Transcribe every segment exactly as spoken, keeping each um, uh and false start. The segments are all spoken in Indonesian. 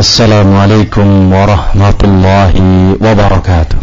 Assalamualaikum warahmatullahi wabarakatuh.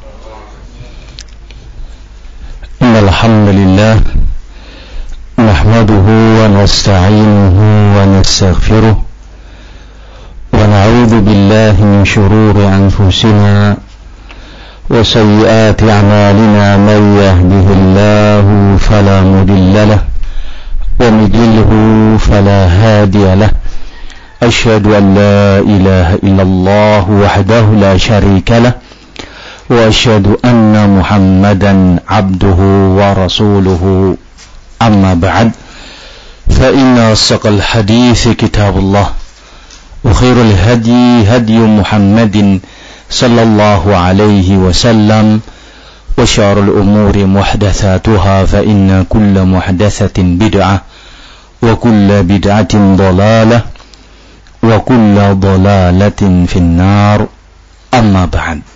Innal hamdalillah nahmaduhu wa nasta'inuhu wa nastaghfiruh wa na'udzu billahi min shururi anfusina wa sayyiati a'malina man yahdihillahu fala mudilla lahu wa man yudlilhu fala hadiya lahu. أشهد أن لا إله إلا الله وحده لا شريك له وأشهد أن محمدا عبده ورسوله أما بعد فإن أصدق الحديث كتاب الله وخير الهدي هدي محمد صلى الله عليه وسلم وشر الأمور محدثاتها فإن كل محدثة بدعة وكل بدعة ضلالة wa kullu dhalalatin finnar, amma ba'd.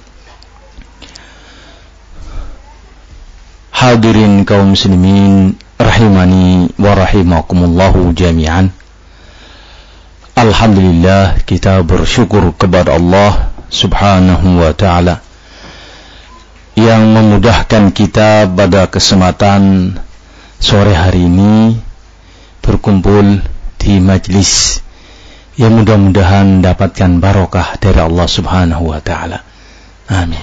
Hadirin kaum muslimin rahimani wa rahimakumullahu jami'an. Alhamdulillah, kita bersyukur kepada Allah subhanahu wa ta'ala yang memudahkan kita pada kesempatan sore hari ini berkumpul di majlis yang mudah-mudahan dapatkan barokah dari Allah subhanahu wa ta'ala. Amin.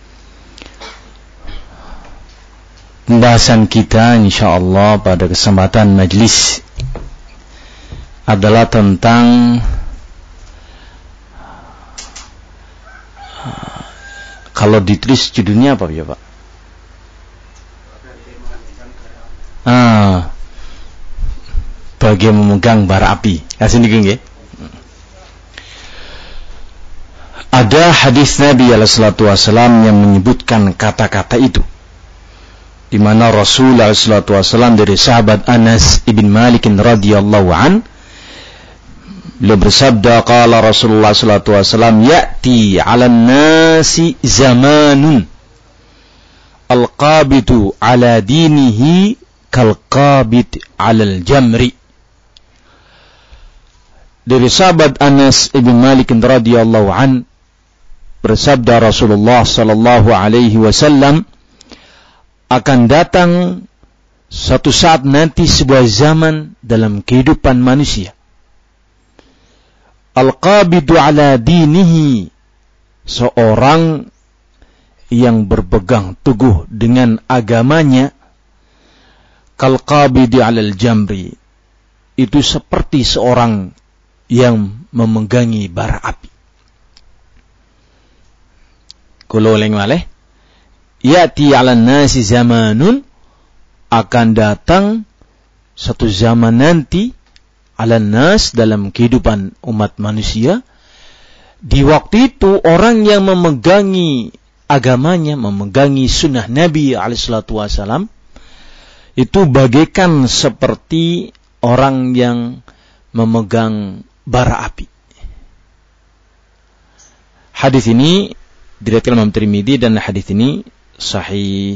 Pembahasan kita insyaallah pada kesempatan majlis adalah tentang kalau ditulis judulnya apa ya Pak? Ah, bagaimana memegang bara api. Kasih nih nggih. Ada hadis Nabi alaihi salatu wasallam yang menyebutkan kata-kata itu, di mana Rasul alaihi salatu wasallam dari sahabat Anas ibn Malik radhiyallahu an, beliau bersabda, qala Rasulullah sallallahu alaihi wasallam, ya'ti 'alan nasi zamanun al-qabidu 'ala dinihi kal-qabid 'alal jamri. Dari sahabat Anas ibn Malik radhiyallahu an, bersabda Rasulullah sallallahu alaihi wasallam, akan datang suatu saat nanti sebuah zaman dalam kehidupan manusia, al-qabidu ala dinihi, seorang yang berpegang teguh dengan agamanya, kal-qabidi alal jamri, itu seperti seorang yang memegangi bara api. Kulo leng malih, ya'ti 'alan nasi zamanun, akan datang satu zaman nanti 'alan nas, dalam kehidupan umat manusia. Di waktu itu orang yang memegangi agamanya, memegangi sunnah Nabi alaihi salatu wasallam, itu bagaikan seperti orang yang memegang bara api. Hadis ini diriwayatkan Imam Tirmidzi dan hadis ini sahih.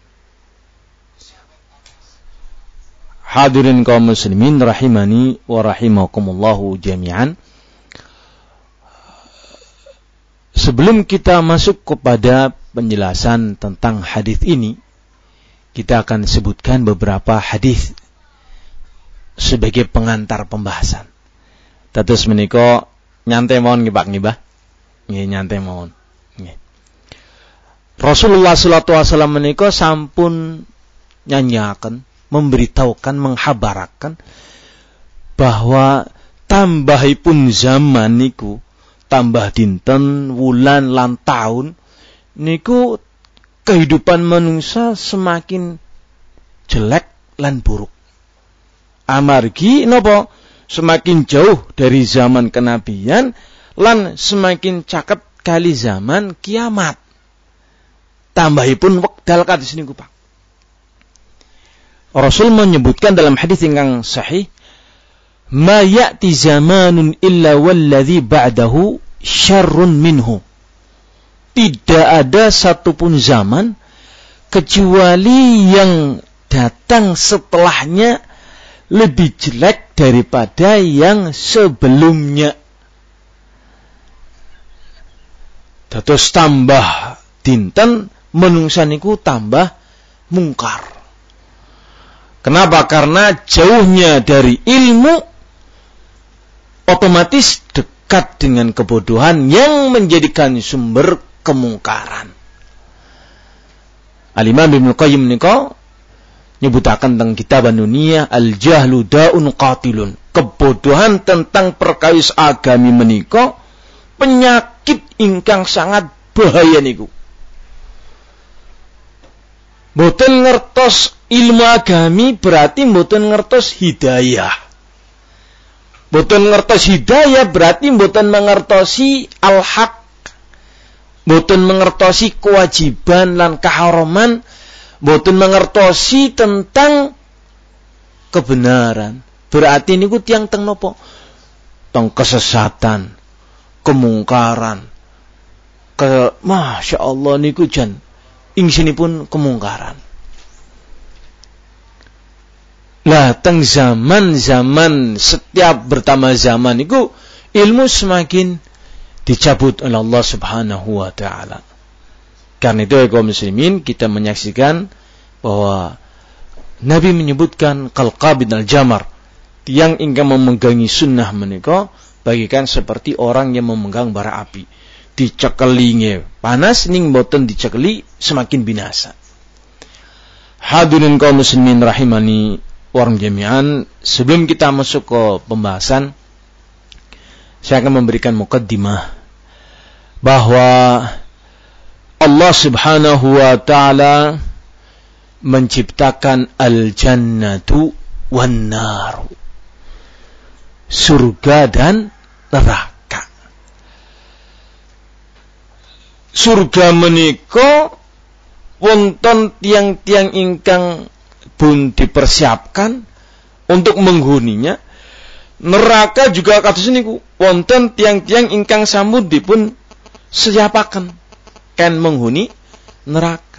Hadirin kaum muslimin rahimani wa rahimakumullahu jami'an. Sebelum kita masuk kepada penjelasan tentang hadis ini, kita akan sebutkan beberapa hadis sebagai pengantar pembahasan. Dados menika nyantai mawon nggih Pak nggih Mbah. Nggih nyantai mawon. Rasulullah sallallahu alaihi wasallam menika sampun nyanyaken, memberitahukan, menghabaraken bahwa tambahipun zaman niku, tambah dinten, wulan lan taun niku kehidupan manusia semakin jelek lan buruk. Amargi napa? Semakin jauh dari zaman kenabian lan semakin caket kali zaman kiamat. Tambahipun wekdal kados niku Pak. Rasul menyebutkan dalam hadis ingkang sahih, ma ya'ti zamanun illa walladzi ba'dahu syarrun minhu. Tidak ada satupun zaman kecuali yang datang setelahnya lebih jelek daripada yang sebelumnya. Dados tambah dinten menungsa niku tambah mungkar. Kenapa? Karena jauhnya dari ilmu otomatis dekat dengan kebodohan yang menjadikan sumber kemungkaran. Al-Imam Ibnu Qayyim niku nyebutaken tentang kitab An-Nuniyah, al-jahlu da'un qatilun. Kebodohan tentang perkawis agami menika penyakit ingkang sangat bahaya niku. Mboten ngertos ilmu agami berarti mboten ngertos hidayah. Mboten ngertos hidayah berarti mboten mengertosi al-haq. Mboten mengertosi kewajiban lan keharaman. Mboten mengertosi tentang kebenaran. Berarti niku tiyang teng napa? Teng kesesatan, kemungkaran. Ke Masya Allah niku jan ingsinipun kemungkaran. Lah teng zaman-zaman setiap bertambah zaman niku ilmu semakin dicabut oleh Allah Subhanahu wa taala. Karena itu ya kaum muslimin, kita menyaksikan bahwa Nabi menyebutkan qalqabid al-jamar, yang ingkang memegangi sunnah menika bagikan seperti orang yang memegang bara api. Dicekeli panas ning boten dicekeli semakin binasa. Hadirin kaum muslimin rahimani warahmatullahi jami'an, sebelum kita masuk ke pembahasan, saya akan memberikan muqaddimah bahwa Allah Subhanahu wa taala menciptakan al-jannatu wan nar, surga dan neraka. Surga menika wonten tiang-tiang ingkang pun dipersiapkan untuk menghuninya. Neraka juga kados niku wonten tiang-tiang ingkang sampun dipun siapaken kan menghuni neraka.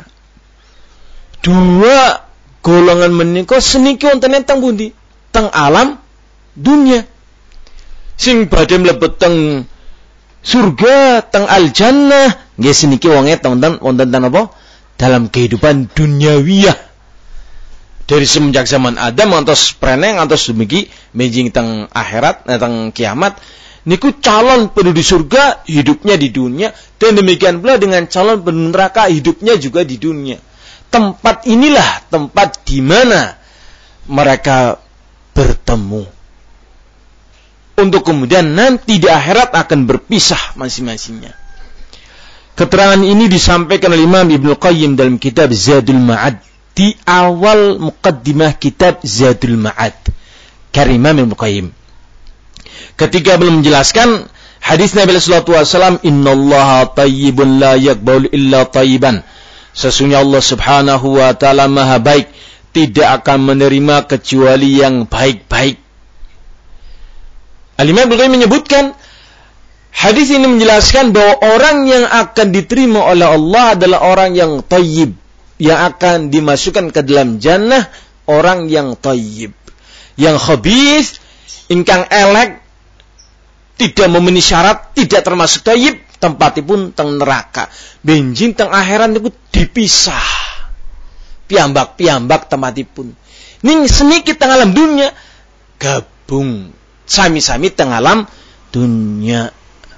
Dua golongan menika seniki wonten teng pundi? Teng alam dunia. Sing badhe mlebet teng surga, teng al-jannah, nggih seniki wonge wonten wonten napa? Dalam kehidupan duniawiyah. Dari semenjak zaman Adam ngantos preneng ngantos dumugi menjing teng akhirat, teng kiamat, niku calon penduduk surga hidupnya di dunia, dan demikian pula dengan calon penduduk neraka hidupnya juga di dunia. Tempat inilah tempat di mana mereka bertemu. Untuk kemudian nanti di akhirat akan berpisah masing-masingnya. Keterangan ini disampaikan oleh Imam Ibnu Qayyim dalam kitab Zadul Ma'ad, di awal muqaddimah kitab Zadul Ma'ad karya Imam Ibnu Qayyim. Ketika belum menjelaskan hadis Nabi sallallahu alaihi wasallam, innallaha tayyibun la yaqbalu illa tayyiban. Sesungguhnya Allah Subhanahu wa taala Maha baik, tidak akan menerima kecuali yang baik-baik. Al-Imam Ibnu Qayyim menyebutkan hadis ini menjelaskan bahwa orang yang akan diterima oleh Allah adalah orang yang tayyib, yang akan dimasukkan ke dalam jannah orang yang tayyib. Yang khabith, ingkang elek, tidak memenuhi syarat, tidak termasuk tayyib, tempatipun teng neraka. Benjing teng akhirat niku dipisah. Piambak-piambak tempatipun. Ning seniki teng alam dunia gabung sami-sami teng alam dunia.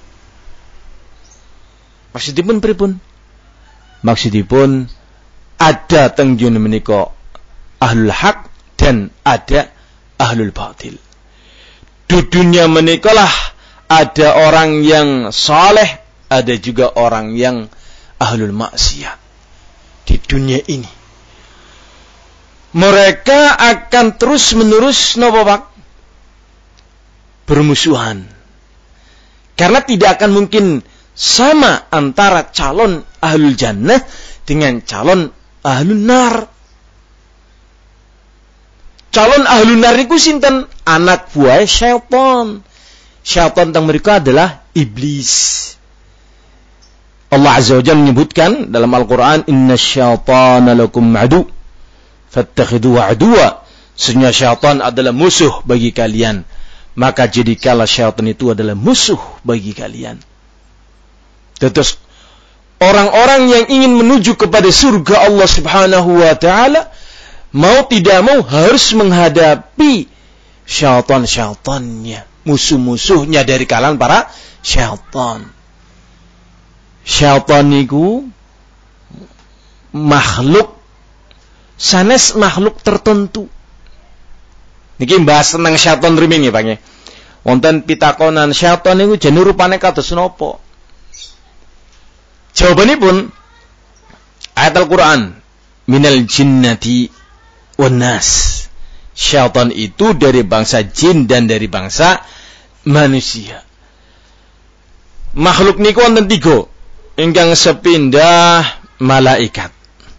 Maksudipun pripun? Maksudipun ada teng dunia menika ahlul haq dan ada ahlul batil. Di dunia menikalah ada orang yang saleh, ada juga orang yang ahlul maksiat. Di dunia ini mereka akan terus menerus napa Pak? Bermusuhan. Karena tidak akan mungkin sama antara calon ahlul jannah dengan calon ahlul nar. Calon ahlul nar niku sinten? Anak buah syaitan. Syaitan teng mereka adalah iblis. Allah Azza wa Jalla menyebutkan dalam Al-Qur'an, innasyaitana lakum adu fattakhidhuhu aduwa. Sesungguhnya syaitan adalah musuh bagi kalian, maka jadikanlah syaitan itu adalah musuh bagi kalian. Terus orang-orang yang ingin menuju kepada surga Allah Subhanahu wa taala mau tidak mau harus menghadapi syaitan-syaitannya, musuh-musuhnya dari kalangan para syaitan. Syaitan itu makhluk sanes makhluk tertentu. Niki bahas tentang syaitan rimin ya, Pak nggih. Wonten pitakonan syaitan niku jenenge rupane kados napa? Jawabanipun ayat Al-Qur'an, minal jinnati wan nas. Syaitan itu dari bangsa jin dan dari bangsa manusia. Makhluk niku wonten tiga, ingkang sepindah malaikat.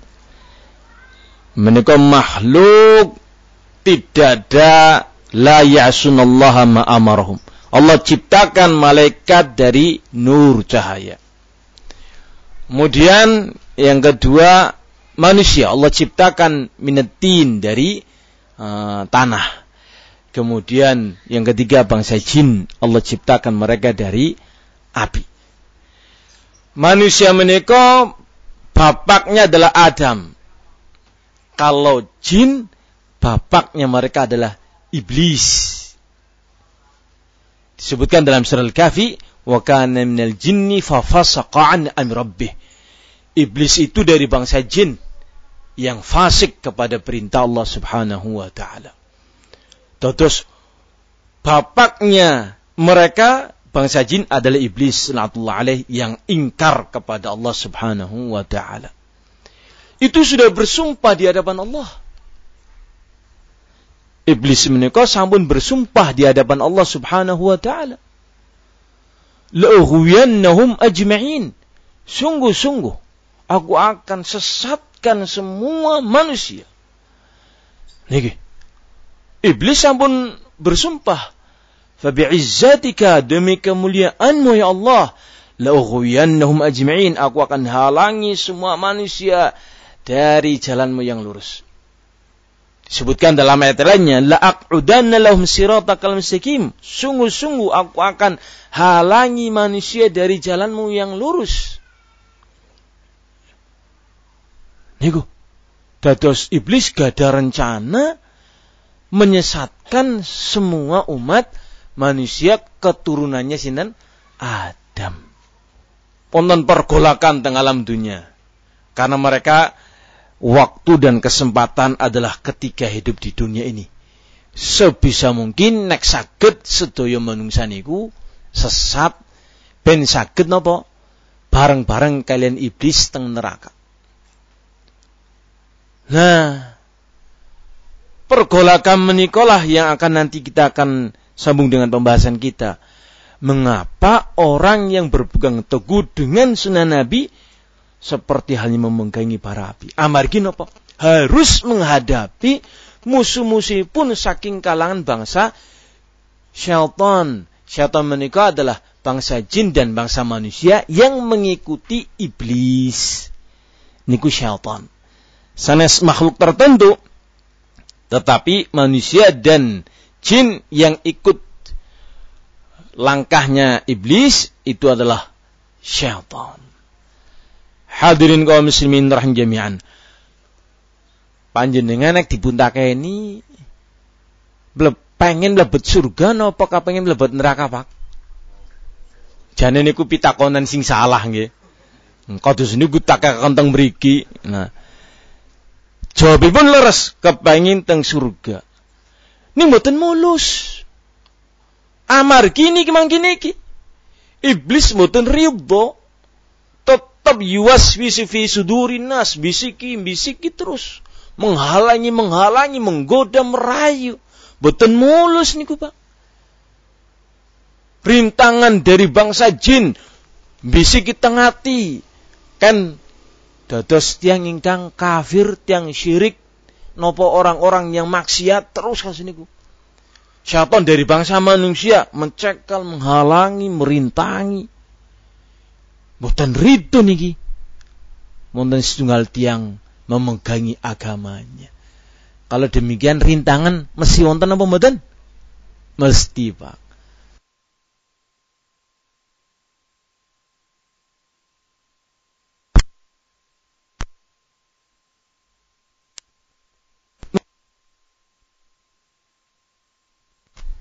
Menika makhluk tidak ada la ya'sunallaha ma amarahum. Allah ciptakan malaikat dari nur cahaya. Kemudian yang kedua manusia, Allah ciptakan minatin dari uh, tanah. Kemudian yang ketiga bangsa jin, Allah ciptakan mereka dari api. Manusia menika bapaknya adalah Adam. Kalau jin, bapaknya mereka adalah iblis. Disebutkan dalam surah Al-Kahfi, wa kana minal jinni fa fasaqa an amri rabbih. Iblis itu dari bangsa jin yang fasik kepada perintah Allah Subhanahu wa taala. Terus bapaknya mereka bangsa jin adalah iblis laknatullah alaih yang ingkar kepada Allah Subhanahu wa taala. Itu sudah bersumpah di hadapan Allah. Iblis menika sampun bersumpah di hadapan Allah Subhanahu wa taala. La'ughwiyannahum ajma'in. Sungguh-sungguh aku akan sesatkan semua manusia. Niki. Iblis sampun bersumpah, fa bi'izzatika, demi kemuliaanmu ya Allah, la'ughwiyannahum ajma'in, aku akan halangi semua manusia dari jalanmu yang lurus. Disebutkan dalam ayat lainnya, la'aq'udanna lahum siratakal mustaqim, sungguh-sungguh aku akan halangi manusia dari jalanmu yang lurus. Niku, dados iblis gak ada rencana menyesatkan semua umat manusia keturunannya sinten Adam. Wonten pergolakan teng alam dunia. Karena mereka waktu dan kesempatan adalah ketika hidup di dunia ini. Sebisa mungkin nek saged sedaya manungsa niku sesat ben saged napa bareng-bareng kalian iblis teng neraka. Nah, pergolakan menikolah yang akan nanti kita akan sambung dengan pembahasan kita. Mengapa orang yang berpegang teguh dengan sunnah Nabi seperti halnya memegangi bara api? Amargi napa? Harus menghadapi musuh-musuh pun saking kalangan bangsa syaitan. Syaitan menika adalah bangsa jin dan bangsa manusia yang mengikuti iblis. Niku syaitan. Sanes makhluk tertentu, tetapi manusia dan jin yang ikut langkahnya iblis itu adalah syaitan. Hadirin kaum muslimin rahim jami'an. Panjenengan nek dipuntakeni pengen mlebet surga napa kapengen mlebet neraka, Pak? Jane niku pitakonan sing salah nggih. Kados niku tak kenteng mriki. Nah, jawabipun leres, kepengin teng surga. Ini mboten mulus. Amargi niki mangkene iki. Iblis mboten ridho. Tetap yuwaswisu fi sudurin nas, bisiki-bisiki terus. Menghalangi, menghalangi, menggoda, merayu. Mboten mulus niku, Pak. Rintangan dari bangsa jin bisiki teng ati. Kan dados tiang ingkang kafir, tiang syirik, nopo orang-orang yang maksiat terus kados niku. Syaitan dari bangsa manusia mencekal, menghalangi, merintangi. Mboten ridho niki. Wonten setunggal tiang memegangi agamanya. Kalau demikian rintangan mesti wonten apa mboten? Mesti, Pak.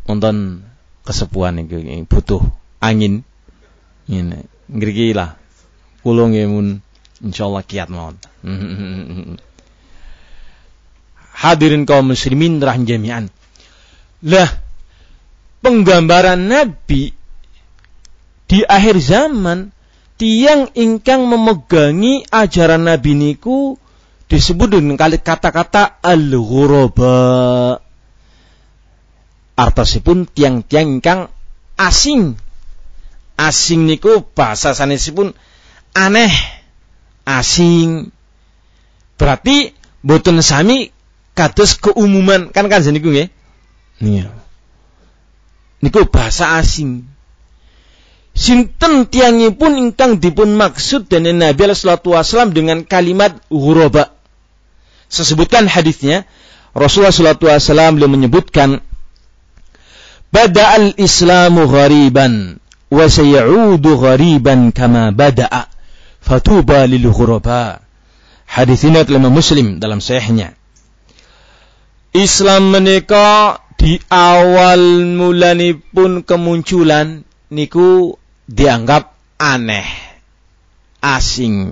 Nonton kesepuan iki butuh angin. Ngene. Ngriki lah. Kula nggih mun insyaallah kiat mawon. Hadirin kaum muslimin rahim jami'an. Lah, penggambaran Nabi di akhir zaman, tiang ingkang memegangi ajaran Nabi niku disebut dengan kata-kata al-ghuraba. Artosipun tiang-tiang ingkang asing. Asing niku bahasa sanesipun aneh, asing. Berarti boten sami kados keumuman, kan kan niku nggih. Iya. Niku bahasa asing. Sinten tiyangipun ingkang dipun maksud dening Nabi sallallahu alaihi wasallam dengan kalimat ghuraba. Sesebutkan hadisnya, Rasulullah sallallahu alaihi wasallam beliau menyebutkan, bada'al islamu ghariban wa sayaudu ghariban kama bada'a fatuba lil ghuraba. Hadis ini adalah Muslim dalam sahihnya. Islam menika di awal mulanipun kemunculan niku dianggap aneh, asing.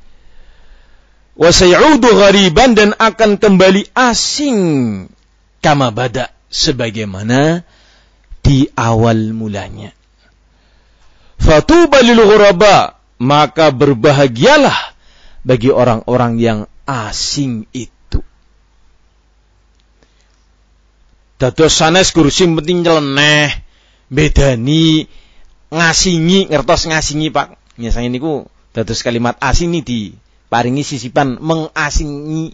Wa sayaudu ghariban, dan akan kembali asing kama bada, sebagaimana di awal mulanya. Fatuba lil ghuraba, maka berbahagialah bagi orang-orang yang asing itu. Dados sanes kursi penting nyeleneh, bedani, ngasingi, ngertos ngasingi Pak. Biasanya niku dados kalimat asing ini diparingi sisipan mengasingi.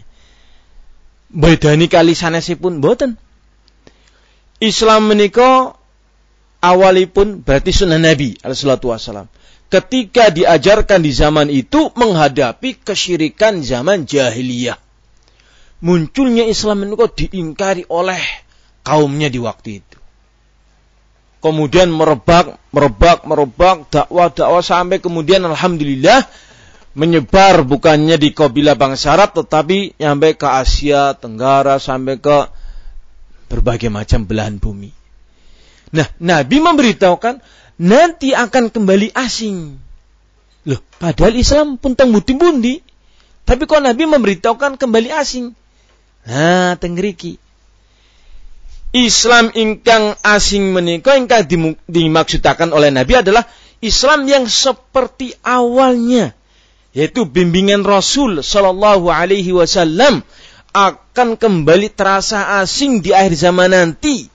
Bedani kali sanesipun boten. Islam menika awalipun berarti sunnah Nabi sallallahu alaihi wasallam. Ketika diajarkan di zaman itu menghadapi kesyirikan zaman jahiliyah. Munculnya Islam menika diingkari oleh kaumnya di waktu itu. Kemudian merebak, merebak, merebak, dakwah-dakwah sampai kemudian alhamdulillah menyebar, bukannya di kabilah bangsa Arab tetapi sampai ke Asia Tenggara, sampai ke berbagai macam belahan bumi. Nah, Nabi memberitahukan nanti akan kembali asing. Loh, padahal Islam pun teng pundi-pundi, tapi kok Nabi memberitahukan kembali asing? Nah, teng ngriki. Islam ingkang asing menika ingkang dimaksudaken oleh Nabi adalah Islam yang seperti awalnya, yaitu bimbingan Rasul sallallahu alaihi wasallam akan kembali terasa asing di akhir zaman nanti.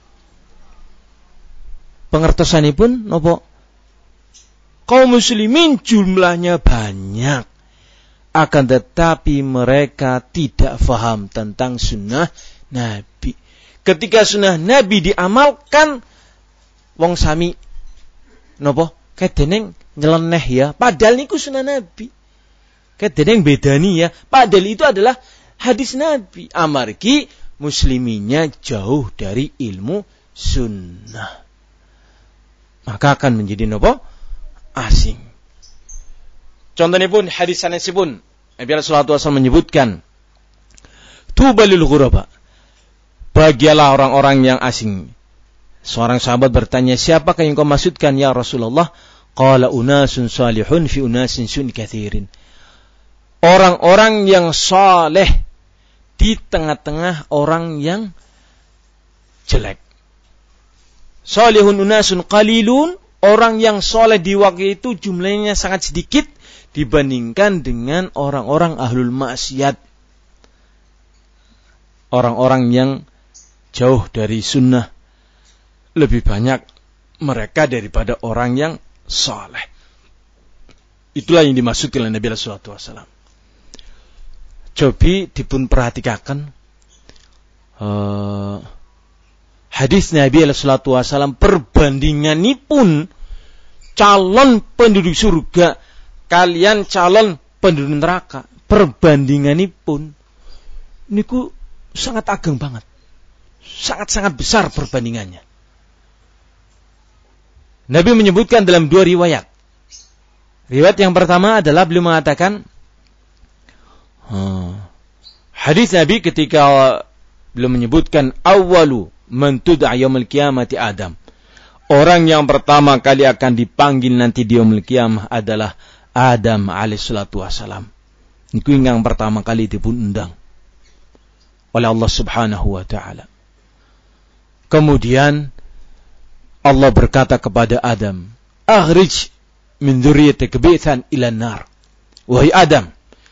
Pengertosanipun napa? Kaum muslimin jumlahnya banyak, akan tetapi mereka tidak faham tentang sunnah Nabi. Ketika sunnah Nabi diamalkan, wong sami napa? Kedeneng nyeleneh ya, padahal niku sunnah Nabi. Kedeneng bedani ya, padahal itu adalah hadis Nabi. Amargi musliminya jauh dari ilmu sunnah, maka akan menjadi napa? Asing. Contohnya pun hadis sanesipun Nabi sallallahu alaihi wasallam menyebutkan, tubalil ghuraba, bahagialah orang-orang yang asing. Seorang sahabat bertanya, siapakah yang kau maksudkan ya Rasulullah? Qala unasun salihun fi unasin sun katsirin. Orang-orang yang saleh di tengah-tengah orang yang jelek. Salihun unasun qalilun, orang yang saleh di waktu itu jumlahnya sangat sedikit dibandingkan dengan orang-orang ahlul maksiat. Orang-orang yang jauh dari sunnah lebih banyak mereka daripada orang yang saleh. Itulah yang dimaksudkan oleh Nabi sallallahu alaihi wasallam. Cobi dipun perhatikan uh, hadis Nabi sallallahu alaihi wasallam, perbandinganipun calon penduduk surga kalian calon penduduk neraka, perbandinganipun niku sangat ageng banget, sangat-sangat besar perbandingannya. Nabi menyebutkan dalam dua riwayat. Riwayat yang pertama adalah beliau mengatakan, hmm, hadis Nabi ketika beliau menyebutkan awalu man tud'a yaumil qiyamati Adam. Orang yang pertama kali akan dipanggil nanti di yaumil qiyamah adalah Adam alaihi salatu wasalam. Niku yang pertama kali dipun undang oleh Allah Subhanahu wa taala. Kemudian Allah berkata kepada Adam, "Akhrij min dzurriyyatika bi'than ila nar." Wahai Adam,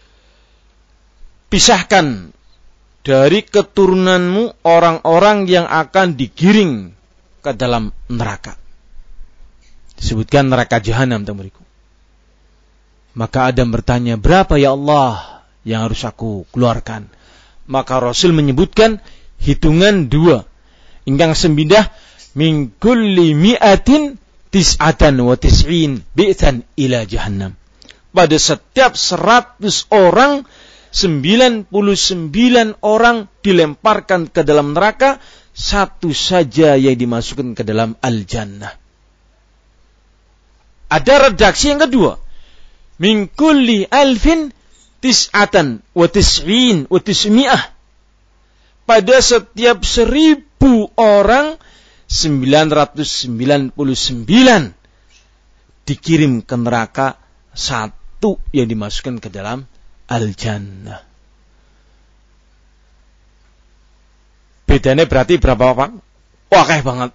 pisahkan dari keturunanmu orang-orang yang akan digiring ke dalam neraka. Disebutkan neraka jahanam, teman-temanku. Maka Adam bertanya, berapa ya Allah yang harus aku keluarkan? Maka Rasul menyebutkan hitungan dua. Ingkang sembidah min kulli mi'atin tis'atan wa tis'in bi'tan ila jahannam. Pada setiap seratus orang, sembilan puluh sembilan orang dilemparkan ke dalam neraka, satu saja yang dimasukkan ke dalam al-jannah. Ada redaksi yang kedua. Min kulli alfin tis'atan wa tis'in wa tis'mi'ah. Pada setiap seribu orang, sembilan ratus sembilan puluh sembilan dikirim ke neraka, satu yang dimasukkan ke dalam al-jannah. Bedanya berarti berapa, Pak? Wah, kayak banget.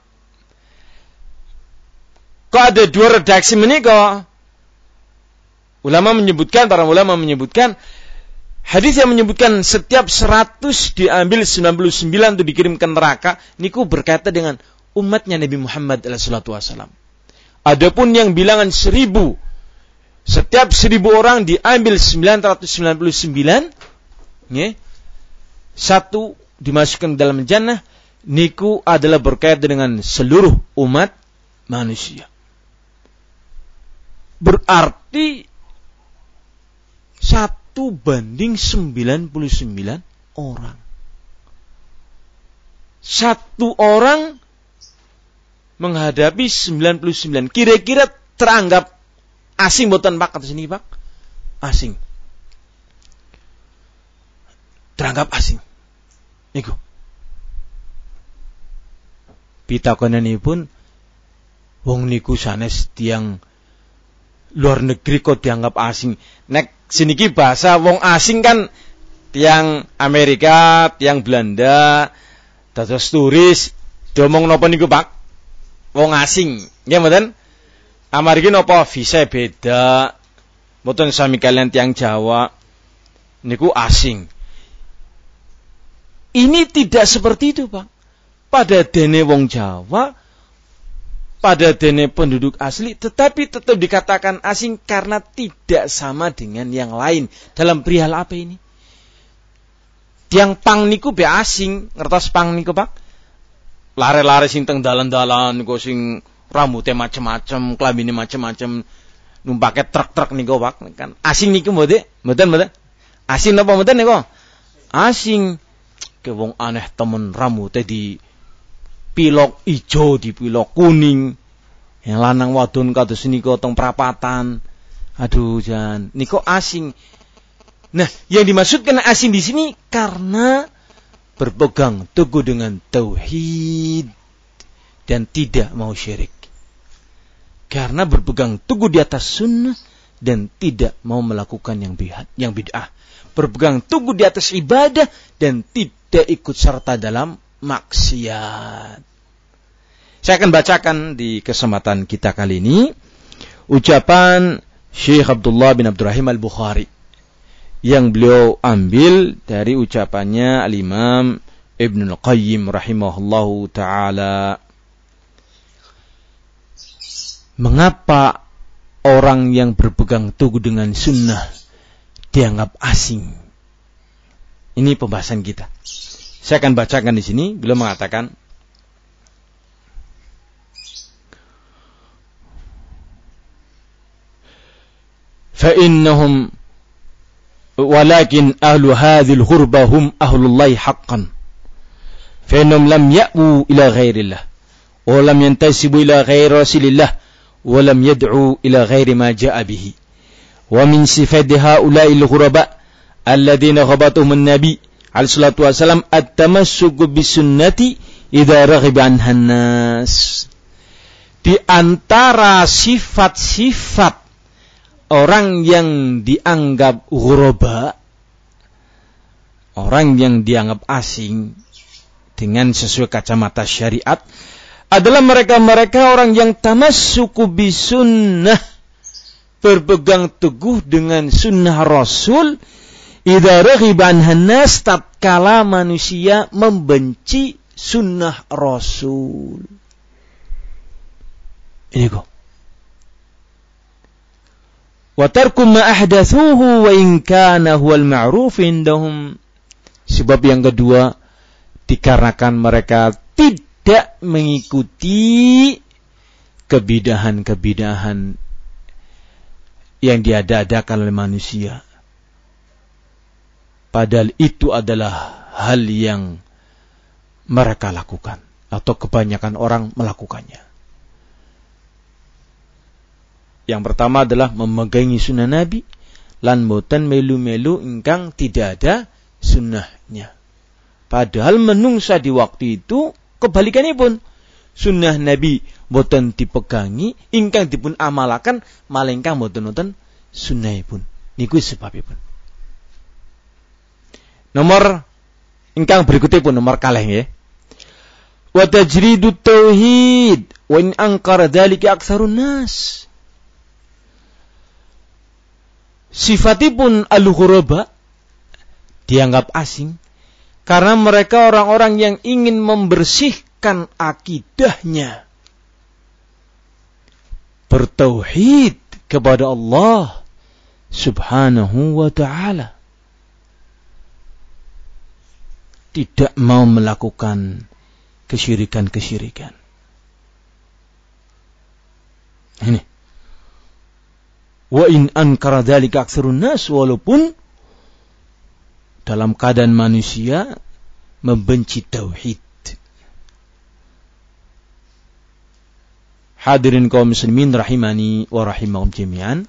Kok ada dua redaksi menikah? Ulama menyebutkan, para ulama menyebutkan, hadis yang menyebutkan setiap seratus diambil sembilan puluh sembilan itu dikirim ke neraka, niku berkaitan dengan umatnya Nabi Muhammad shallallahu alaihi wasallam. Adapun yang bilangan seribu, setiap seribu orang diambil sembilan ratus sembilan puluh sembilan, ya, satu dimasukkan dalam jannah, niku adalah berkaitan dengan seluruh umat manusia. Berarti satu banding sembilan puluh sembilan orang. Satu orang menghadapi sembilan puluh sembilan. Kira-kira teranggap asing boten Pak kata sini Pak? Asing. Teranggap asing. Niku. Pitakonanipun wong niku sanes tiyang luar negeri kok dianggap asing. Nek siniki bahasa wong asing kan tiang Amerika, tiang Belanda, dados turis, diomong napa niku Pak? Wong asing. Nggih mboten? Amargi napa visa beda. Mboten sami kalian tiang Jawa. Niku asing. Ini tidak seperti itu, Pak. Pada dene wong Jawa, pada dene penduduk asli, tetapi tetap dikatakan asing karena tidak sama dengan yang lain. Dalam perihal apa ini? Tiang pang niku be asing, ngertos pang niku Pak? Lare-lare sing teng dalan-dalan niku sing rambutnya macem-macem, klambine macem-macem, numpake truk-truk niku Pak, kan asing niku mboten? Mboten mboten. Asing napa mboten niku? Asing. Ke wong aneh temen rambutnya di pilok ijo, di pilok kuning. Yang lanang wadon kados niku teng prapatan. Aduh jan, niku asing. Nah, yang dimaksudkan asing di sini karena berpegang teguh dengan tauhid dan tidak mau syirik. Karena berpegang teguh di atas sunnah dan tidak mau melakukan yang bid'ah, yang bid'ah. Berpegang teguh di atas ibadah dan tidak ikut serta dalam maksiat. Saya akan bacakan di kesempatan kita kali ini ucapan Syekh Abdullah bin Abdurrahim Al-Bukhari yang beliau ambil dari ucapannya Al-Imam Ibnul Qayyim rahimahullahu ta'ala. Mengapa orang yang berpegang teguh dengan sunnah dianggap asing? Ini pembahasan kita. Saya akan bacakan di sini. Beliau mengatakan, فإنهم ولكن أهل هذه الغربة هم أهل الله حقا فإنهم لم يأووا إلى غير الله ولم ينتسبوا إلى غير رسول الله ولم يدعوا إلى غير ما جاء به ومن صفات هؤلاء الغرباء الذين غبطهم النبي عليه الصلاة والسلام التمسك بالسنة idza raghiba anhan nas. Di antara sifat-sifat orang yang dianggap ghuraba, orang yang dianggap asing dengan sesuai kacamata syariat, adalah mereka-mereka orang yang tamassuku bisunnah, berpegang teguh dengan sunnah Rasul, idza raghiba anhan nas, tatkala manusia membenci sunnah Rasul. Ini kok. Wa tarku ma ahdatsuhu wa in kana huwal ma'ruf indahum. Sebab yang kedua, dikarenakan mereka tidak mengikuti kebidahan-kebidahan yang diada-adakan oleh manusia. Padahal itu adalah hal yang mereka lakukan atau kebanyakan orang melakukannya. Yang pertama adalah memegangi sunnah Nabi, lan boten melu-melu ingkang tidak ada sunnahnya. Padahal menungsa di waktu itu kebalikannya pun, sunnah Nabi boten dipegangi, ingkang dipun amalakan malah ingkang boten-boten sunnahipun. Niku sebabipun. Nomor ingkang berikutnya pun nomor kalih nggih. Wa tajridut tauhid wa in ankara dzalika aktsarun nas. Sifatipun al-ghuraba, dianggap asing karena mereka orang-orang yang ingin membersihkan akidahnya, bertauhid kepada Allah Subhanahu wa ta'ala, tidak mau melakukan kesyirikan-kesyirikan. Ini. Wa in ankara dzalika aktsarun nas, walaupun dalam keadaan manusia membenci tauhid. Hadirin kaum muslimin rahimani wa rahimakum jami'an.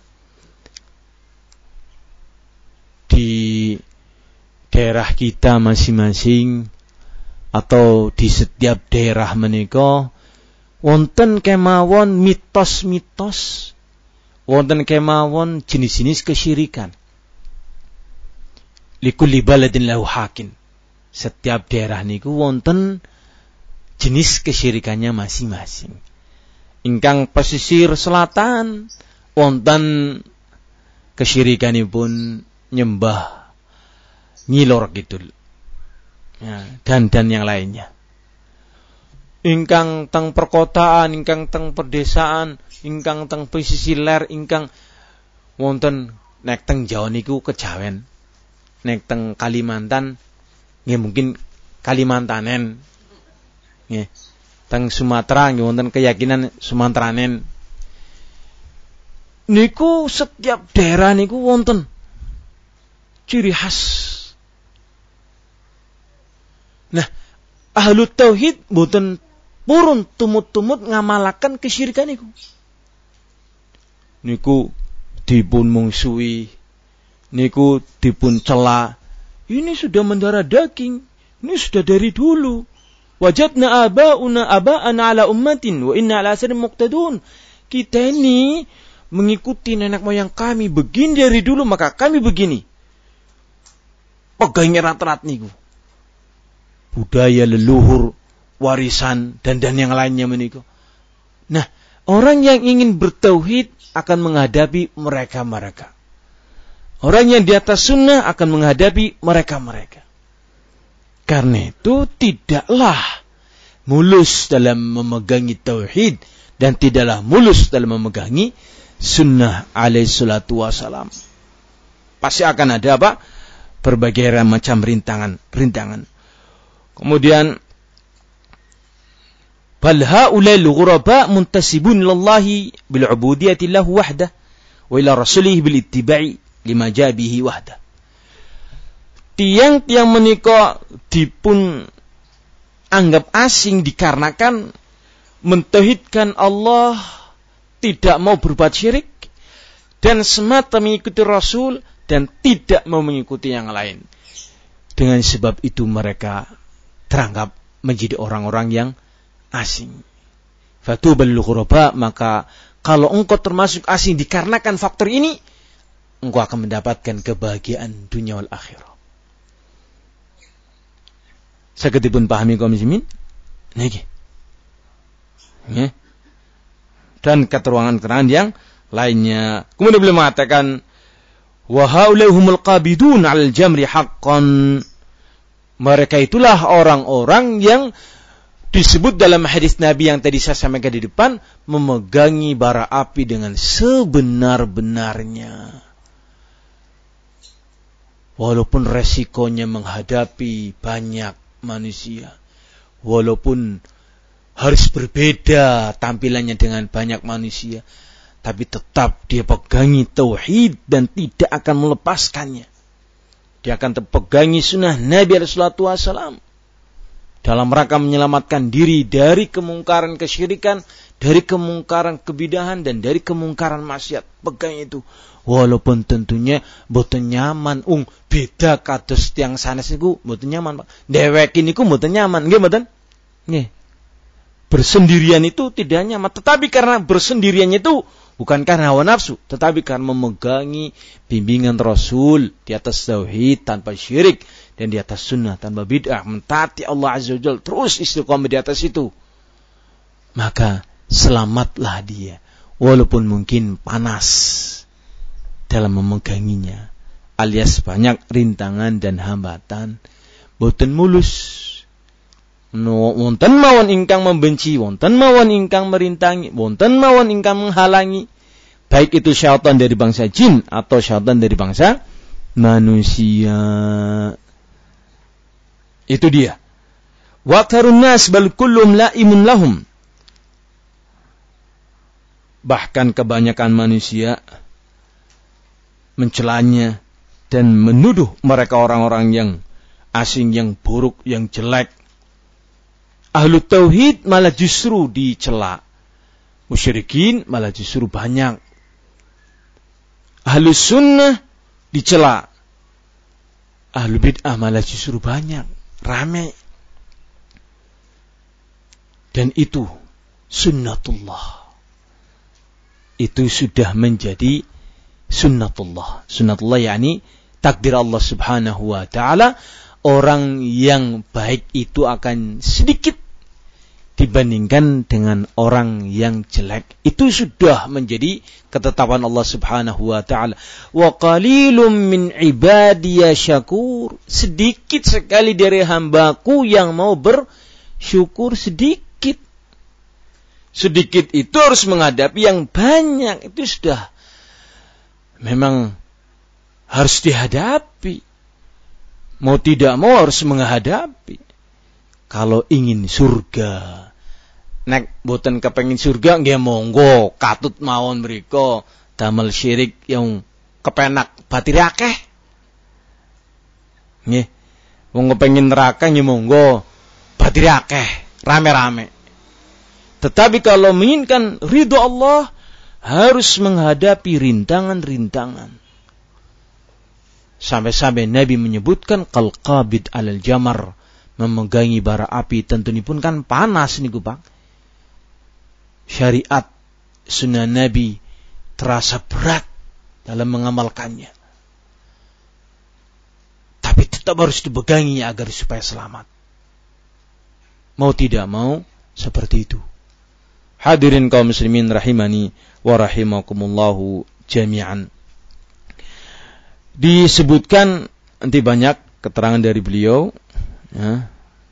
Di daerah kita masing-masing atau di setiap daerah menika wonten kemawon mitos-mitos, wonten kemawon jenis-jenis kesyirikan. Likulli baladin lahu hakin. Setiap daerah niku wonten jenis kesyirikannya masing-masing. Ingkang pesisir selatan wonten kesyirikanipun nyembah Nyilor Kidul, ya, dan dan yang lainnya. Ingkang teng perkotaan, ingkang teng pedesaan, ingkang teng pesisir ler, ingkang wonten nek teng Jawa niku kejawen, nek teng Kalimantan nggih mungkin Kalimantanen, nggih. Teng Sumatera nggih wonten keyakinan Sumatranen. Niku setiap daerah niku wonten ciri khas. Nah, ahlu tauhid boten purun tumut-tumut ngamalaken kesyirikan niku. Niku dipun mungsuhi, niku dipun cela. Ini sudah mendarah daging, ini sudah dari dulu. Wajadna aba'una aba'ana ala ummatin wa inna ala asarin muqtadun. Kita ini mengikuti nenek moyang kami begini dari dulu, maka kami begini. Pegang erat-erat niku. Budaya leluhur, warisan dan dan yang lainnya menika. Nah, orang yang ingin bertauhid akan menghadapi mereka-mereka. Orang yang di atas sunnah akan menghadapi mereka-mereka. Karena itu tidaklah mulus dalam memegangi tauhid dan tidaklah mulus dalam memegangi sunnah alaihi salatu wassalam. Pasti akan ada apa? Berbagai macam rintangan, rintangan. Kemudian bal haulal ghuraba muntasibun lillahi bil ubudiyyati lahu wahdah wa ila rasulih bil ittiba'i lima jabihi wahdah. Tiang-tiang menika dipun anggap asing dikarenakan mentauhidkan Allah, tidak mau berbuat syirik dan semata mengikuti Rasul dan tidak mau mengikuti yang lain. Dengan sebab itu mereka teranggap menjadi orang-orang yang asing. Fatubal ghuraba, maka kalau engkau termasuk asing dikarenakan faktor ini, engkau akan mendapatkan kebahagiaan dunia wal akhirah. Sakitipun pahami kaum muslimin? Niki. Ya. Dan keterangan-keterangan yang lainnya. Kemudian beliau mengatakan, wa haulahumul qabidun 'alal jamri haqqan. Mereka itulah orang-orang yang disebut dalam hadis Nabi yang tadi saya sampaikan di depan, memegangi bara api dengan sebenar-benarnya. Walaupun resikonya menghadapi banyak manusia, walaupun harus berbeda tampilannya dengan banyak manusia, tapi tetap dia pegangi tauhid dan tidak akan melepaskannya. Dia akan terpegangi sunnah Nabi alaihi salatu wasallam dalam rangka menyelamatkan diri dari kemungkaran kesyirikan, dari kemungkaran kebidahan, dan dari kemungkaran maksiat. Pegang itu. Walaupun tentunya boten nyaman, ung beda kados tiang sanes niku boten nyaman, Pak. Dewekin niku boten nyaman, nggih mboten? Nggih. Bersendirian itu tidak nyaman, tetapi karena bersendiriannya itu bukan karena hawa nafsu, tetapi karena memegangi bimbingan Rasul di atas tauhid tanpa syirik dan di atas sunnah tanpa bid'ah, mentaati Allah Azza wa Jalla, terus istiqomah di atas itu, maka selamatlah dia, walaupun mungkin panas dalam memeganginya, alias banyak rintangan dan hambatan, boten mulus. No, wonten mawon ingkang membenci, wonten mawon ingkang merintangi, wonten mawon ingkang menghalangi, baik itu syaitan dari bangsa jin atau syaitan dari bangsa manusia. Itu dia. Wa tarun nas bal kullum laimun lahum. Bahkan kebanyakan manusia mencelanya dan menuduh mereka orang-orang yang asing, yang buruk, yang jelek. Ahlu tauhid malah justru dicela. Musyrikin malah justru banyak. Ahlu sunnah dicela. Ahlu bid'ah malah justru banyak. Ramai. Dan itu sunnatullah. Itu sudah menjadi sunnatullah. Sunnatullah yakni takdir Allah subhanahu wa ta'ala. Orang yang baik itu akan sedikit dibandingkan dengan orang yang jelek. Itu sudah menjadi ketetapan Allah subhanahu wa ta'ala. Wa qalilum min ibadiya syakur. Sedikit sekali dari hambaku yang mau bersyukur. Sedikit. Sedikit itu harus menghadapi yang banyak. Itu sudah memang harus dihadapi. Mau tidak mau harus menghadapi. Kalau ingin surga, nek boten kepengin surga nggih monggo katut mawon mriku damel syirik yang kepenak batire akeh. Nggih. Wong kepengin neraka nggih monggo batire akeh, rame-rame. Tetapi kalau menginginkan ridho Allah harus menghadapi rintangan-rintangan. Sampai-sampai Nabi menyebutkan qalqabid alal jamar, memegangi bara api, tentunipun kan panas niku Pak. Syariat sunnah Nabi terasa berat dalam mengamalkannya. Tapi tetap harus dipegangi agar supaya selamat. Mau tidak mau seperti itu. Hadirin kaum muslimin rahimani wa rahimakumullahu jami'an. Disebutkan nanti banyak keterangan dari beliau. Ya.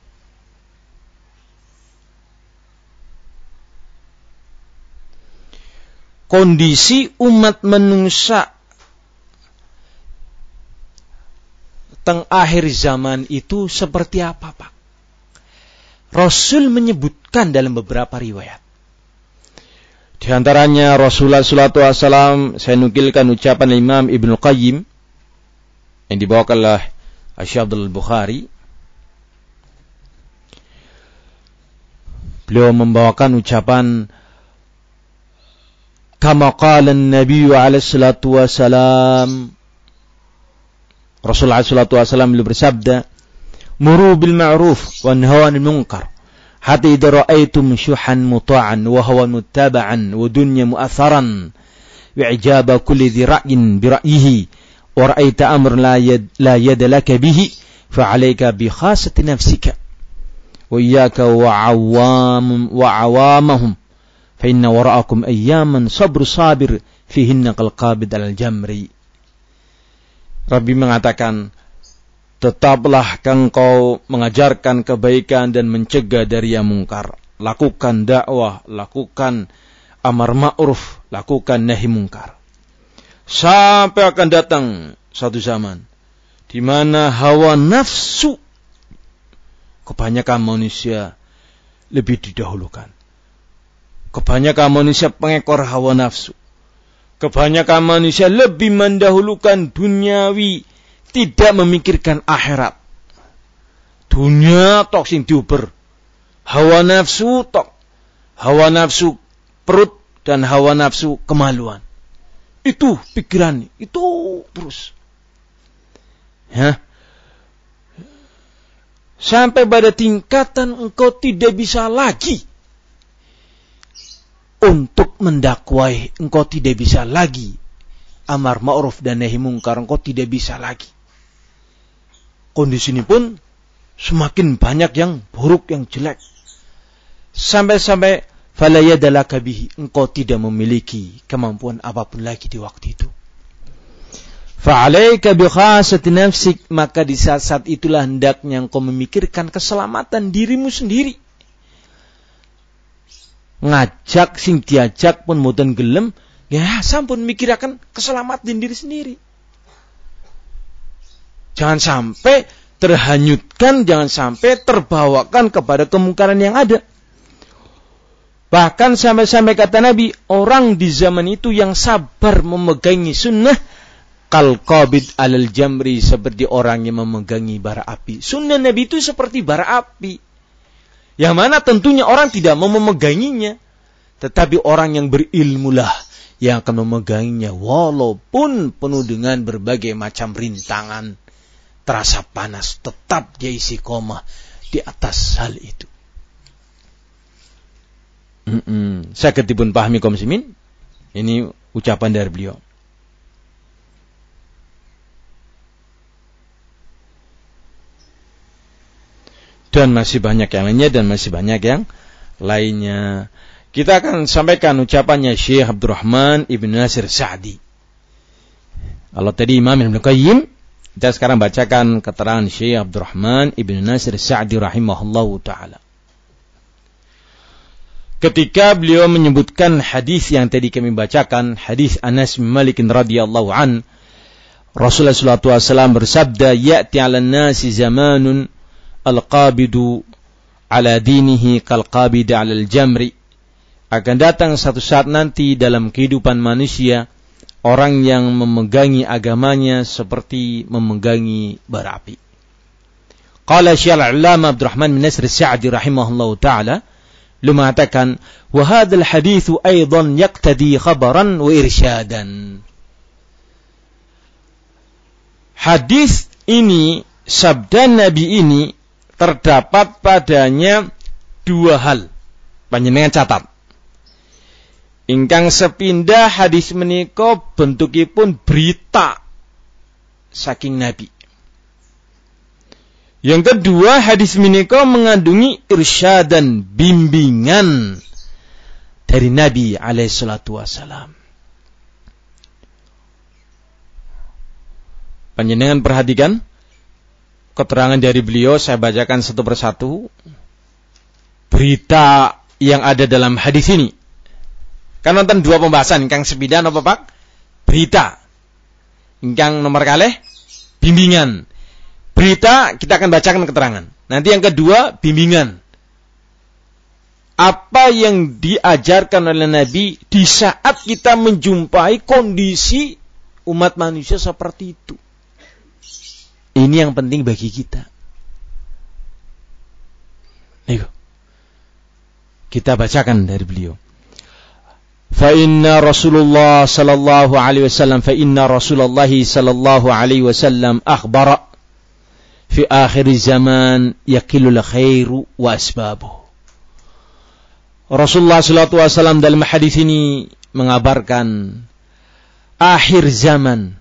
Kondisi umat manungsa teng akhir zaman itu seperti apa, Pak? Rasul menyebutkan dalam beberapa riwayat. Di antaranya Rasulullah sallallahu alaihi wasallam, saya nukilkan ucapan Imam Ibnu Qayyim yang dibawakan oleh Syekh Abdul Bukhari. Beliau membawakan ucapan kama qala an-nabiy alaihi salatu wasalam. Rasulullah sallallahu alaihi wasallam beliau bersabda, muru bil ma'ruf wa nahaw 'anil munkar hatta idza ra'aytum syuhan muta'an wa hawan muttaba'an wa dunya mu'atharan wa ijaba kulli dhi ra'yin bi ra'yihi wa ra'aita amran la yad la yada laka bihi fa 'alayka bi khassati nafsika wa iyyaka wa 'awam wa 'awamahum fa inna wara'akum ayyaman sabr sabir fihinna kal qabid al jamri. Rabbi mengatakan, tetaplah engkau mengajarkan kebaikan dan mencegah dari yang mungkar. Lakukan dakwah, lakukan amar ma'ruf, lakukan nahi mungkar. Sampai akan datang satu zaman di mana hawa nafsu kebanyakan manusia lebih didahulukan. Kebanyakan manusia pengekor hawa nafsu. Kebanyakan manusia lebih mendahulukan duniawi, tidak memikirkan akhirat. Dunia tok sing diuber. Hawa nafsu tok. Hawa nafsu perut dan hawa nafsu kemaluan. Itu pikiran, itu terus. Ya. Sampai pada tingkatan engkau tidak bisa lagi untuk mendakwai, engkau tidak bisa lagi amar ma'ruf dan nahi mungkar, engkau tidak bisa lagi. Kondisi ini pun semakin banyak yang buruk, yang jelek. Sampai-sampai fala yadalaka bihi, engkau tidak memiliki kemampuan apapun lagi di waktu itu. Fa'alaika bi khassati nafsik, maka di saat-saat itulah hendaknya engkau memikirkan keselamatan dirimu sendiri. Ngajak sing diajak pun mboten gelem, ya sampun mikiraken keselamatan diri sendiri. Jangan sampai terhanyutkan, jangan sampai terbawakan kepada kemungkaran yang ada. Bahkan sampai-sampai kata Nabi, orang di zaman itu yang sabar memegangi sunnah kal qabid alal jamri, seperti orang yang memegangi bara api. Sunnah Nabi itu seperti bara api, yang mana tentunya orang tidak mau memeganginya, tetapi orang yang berilmulah yang akan memeganginya, walaupun penuh dengan berbagai macam rintangan, terasa panas, tetap dia istiqomah di atas hal itu. Mm-mm. Saya ketipun pahami kaum muslimin, ini ucapan dari beliau. Dan masih banyak yang lainnya, dan masih banyak yang lainnya. Kita akan sampaikan ucapannya Syekh Abdurrahman Ibn Nasir Sa'di. Kalau tadi Imam Ibn Qayyim, kita sekarang bacakan keterangan Syekh Abdurrahman Ibn Nasir Sa'di rahimahullahu ta'ala. Ketika beliau menyebutkan hadis yang tadi kami bacakan, hadis Anas bin Malik radhiyallahu an, Rasulullah sallallahu alaihi wasallam bersabda, "Ya'ti 'alan nasi zamanun al-qabidu 'ala dinihi kal-qabid 'ala al-jamri." Akan datang satu saat nanti dalam kehidupan manusia orang yang memegangi agamanya seperti memegangi bara api. Qala Syekh Al-'Allamah Abdurrahman bin Nasir As-Sa'di rahimahullahu taala, beliau mengatakan, "Wa hadzal hadits aidan yaqtadi khabaran wa irsyadan." Hadis ini, sabda Nabi ini terdapat padanya dua hal. Panjenengan catat. Ingkang sepindah hadis menika bentukipun berita saking Nabi. Yang kedua, hadis menika mengandungi irsyadan, bimbingan dari Nabi alaihi salatu wasalam. Panjenengan perhatikan keterangan dari beliau, saya bacakan satu persatu berita yang ada dalam hadis ini. Kan nonton dua pembahasan, ingkang sepindah apa Pak? Berita. Ingkang nomor kalih bimbingan. Berita kita akan bacakan keterangan. Nanti yang kedua bimbingan. Apa yang diajarkan oleh Nabi di saat kita menjumpai kondisi umat manusia seperti itu. Ini yang penting bagi kita. Ayo. Kita bacakan dari beliau. Fa inna Rasulullah sallallahu alaihi wasallam fa inna Rasulullah sallallahu alaihi wasallam akhbara fi akhir zaman yaqillul khairu wa asbabuh. Rasulullah sallallahu alaihi wasallam dalam hadis ini mengabarkan akhir zaman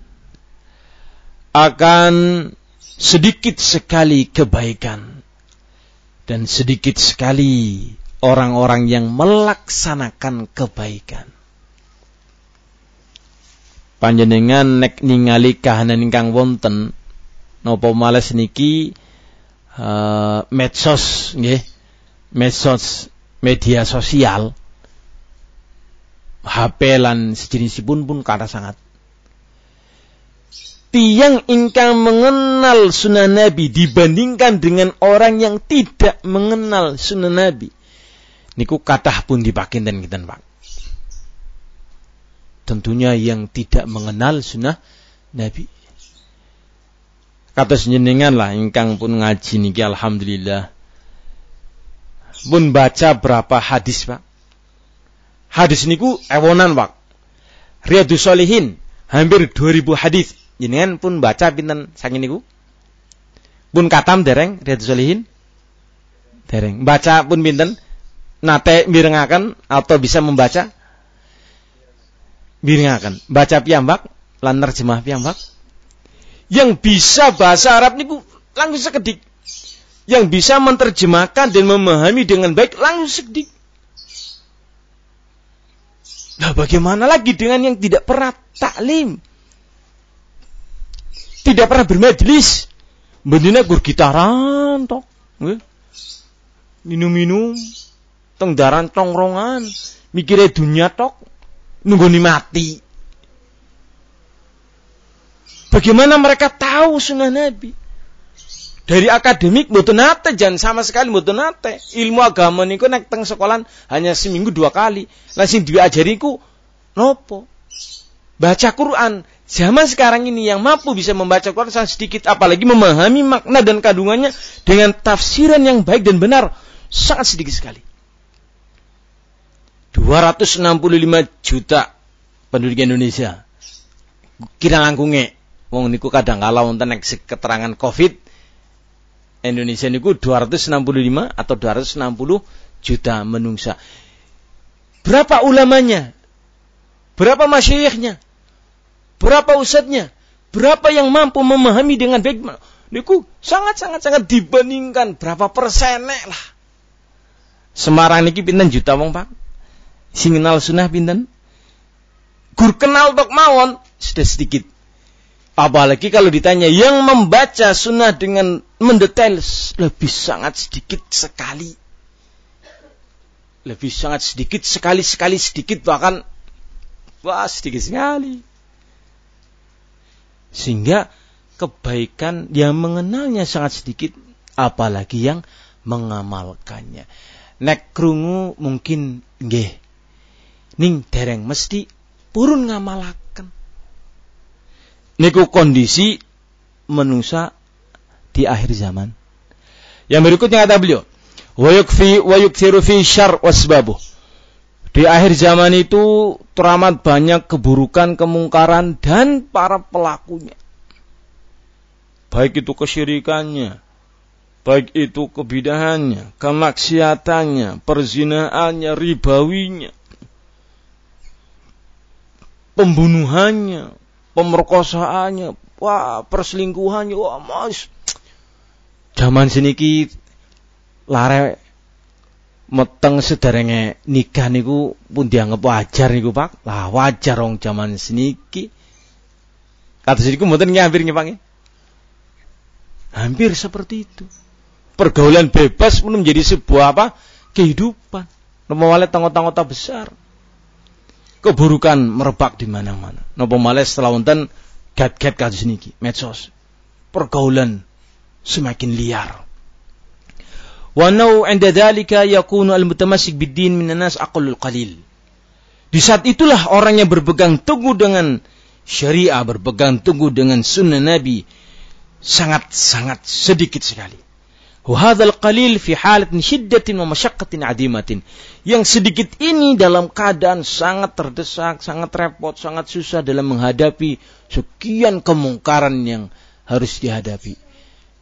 akan sedikit sekali kebaikan dan sedikit sekali orang-orang yang melaksanakan kebaikan. Panjenengan nek ningali kahanan ingkang wonten napa males niki uh, medsos nggih, medsos media sosial, H P lan sejenisipun pun kata sangat. Tiang ingkang mengenal sunnah Nabi dibandingkan dengan orang yang tidak mengenal sunnah Nabi, niku kathah pun dipakinten kinten Pak. Tentunya yang tidak mengenal sunnah Nabi. Kados jenengan lah ingkang pun ngaji niki alhamdulillah. Pun baca berapa hadis Pak? Hadis niku ewonan Pak. Riyadhus Shalihin hampir dua ribu hadis. Jenengan pun baca pinten saking niku? Pun katam dereng Riyadhus Shalihin? Dereng. Baca pun pinten? Nate mirengaken atau bisa membaca? Mirengaken. Baca piyambak lan nerjemah piyambak? Yang bisa bahasa Arab niku langsung sekedik. Yang bisa menerjemahkan dan memahami dengan baik langsung sekedik. Nah, bagaimana lagi dengan yang tidak pernah taklim? Tidak pernah bermajelis, bendina gur gitaran tok, minum-minum, tengdaran tongrongan, mikirnya dunia tok, nunggoni mati. Bagaimana mereka tahu sunnah Nabi? Dari akademik mboten nate, jangan sama sekali mboten nate. Ilmu agama niku nek teng sekolahan hanya seminggu dua kali. Lah sing diajari ku nopo? Baca Quran. Zaman sekarang ini yang mampu bisa membaca Quran sangat sedikit, apalagi memahami makna dan kandungannya dengan tafsiran yang baik dan benar sangat sedikit sekali. dua ratus enam puluh lima juta penduduk Indonesia. Kira langkunge wong niku kadang kala wonten nek keterangan Covid Indonesia niku dua ratus enam puluh lima atau dua ratus enam puluh juta menungsa. Berapa ulamanya? Berapa masyayikhnya? Berapa ustadznya? Berapa yang mampu memahami dengan baik? Niku sangat-sangat-sangat dibandingkan berapa persenek lah. Semarang niki pinten juta wong Pak? Sing kenal sunnah pinten? Gur kenal tok mawon sudah sedikit. Apalagi kalau ditanya yang membaca sunnah dengan mendetail lebih sangat sedikit sekali. Lebih sangat sedikit sekali sekali sedikit bahkan wah sedikit sekali. Sehingga kebaikan yang mengenalnya sangat sedikit, apalagi yang mengamalkannya. Nek krungu mungkin nggih. Ning dereng mesti purun ngamalaken. Niku kondisi manusia di akhir zaman. Yang berikutnya kata beliau, wa yukfi wa yukthiru fi syarr wasbabuh. Di akhir zaman itu teramat banyak keburukan, kemungkaran dan para pelakunya. Baik itu kesyirikannya, baik itu kebidahannya, kemaksiatannya, perzinaannya, ribawinya, pembunuhannya, pemerkosaannya, wah perselingkuhannya, wah mas. Zaman seniki lare meteng sederenge nikah niku pun dianggap wajar niku Pak. Lah wajar wong zaman seniki. Kados niku mboten nggih hampir nggih Pak nggih. Hampir seperti itu. Pergaulan bebas pun menjadi sebuah apa? Kehidupan. Napa malih tangga-tangga besar. Keburukan merebak di mana-mana. Napa malih setelah wonten gat-gat kados niki, medsos. Pergaulan semakin liar. Wa nau 'inda dzalika yakunu al-mutamassik bid-din minan nas aqallul qalil. Di saat itulah orang yang berpegang teguh dengan syariah, berpegang teguh dengan sunnah Nabi sangat-sangat sedikit sekali. Wa hadzal qalil fi halatin shiddatin wa masyaqqatin 'adimatin. Yang sedikit ini dalam keadaan sangat terdesak, sangat repot, sangat susah dalam menghadapi sekian kemungkaran yang harus dihadapi.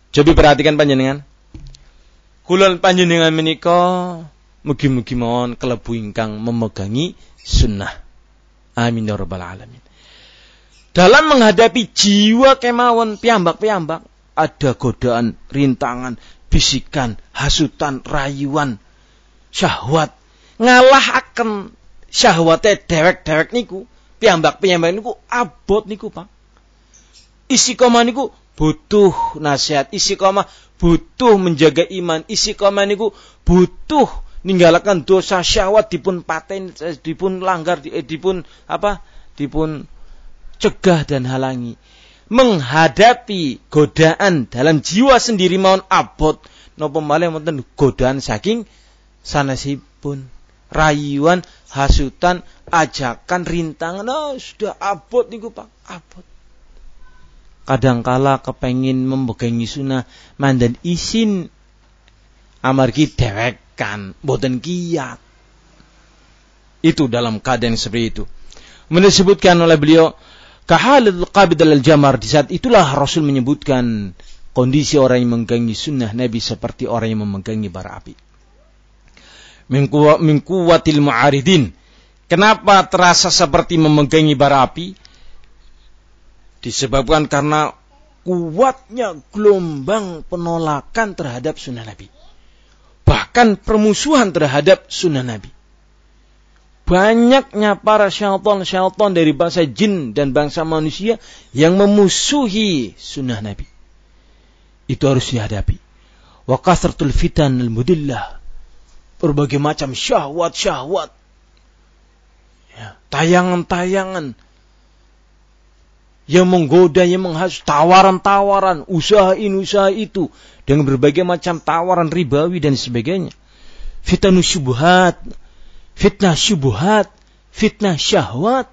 Coba perhatikan panjenengan. Kula panjenengan menika mugi-mugi mawon kelebu ingkang memegangi sunnah. Amin ya rabbal alamin. Dalam menghadapi jiwa kemawon piyambak-piyambak, ada godaan, rintangan, bisikan, hasutan, rayuan, syahwat. Ngalahaken syahwate dewek-dewek niku, piyambak-piyambak niku abot niku, Pak. Istiqomah niku butuh nasihat, istiqomah butuh menjaga iman, istiqomah niku butuh ninggalaken dosa syahwat dipun paten, dipun langgar, dipun apa? Dipun cegah dan halangi. Menghadapi godaan dalam jiwa sendiri mawon abot, napa malih wonten godaan saking sanesipun, rayuan, hasutan, ajakan, rintangan, oh, sudah abot niku Pak, abot. Kadangkala kepengin memegangi sunnah mandan isin amargi dewekan, boten kiyat. Itu dalam keadaan seperti itu. Disebutkan oleh beliau kahalil qabid al-jamar, di saat itulah Rasul menyebutkan kondisi orang yang memegangi sunnah Nabi seperti orang yang memegangi bara api. Min quwwatil mu'aridin. Kenapa terasa seperti memegangi bara api? Disebabkan karena kuatnya gelombang penolakan terhadap sunnah Nabi. Bahkan permusuhan terhadap sunnah Nabi. Banyaknya para syaitan-syaitan dari bangsa jin dan bangsa manusia yang memusuhi sunnah Nabi. Itu harus dihadapi. Wa kasratul fitan al-mudillah. Berbagai macam syahwat-syahwat. Ya, tayangan-tayangan yang menggoda, yang menghasut, tawaran-tawaran, usaha ini, usaha itu. Dengan berbagai macam tawaran ribawi dan sebagainya. Fitnah syubhat. Fitnah syubhat, fitnah syahwat,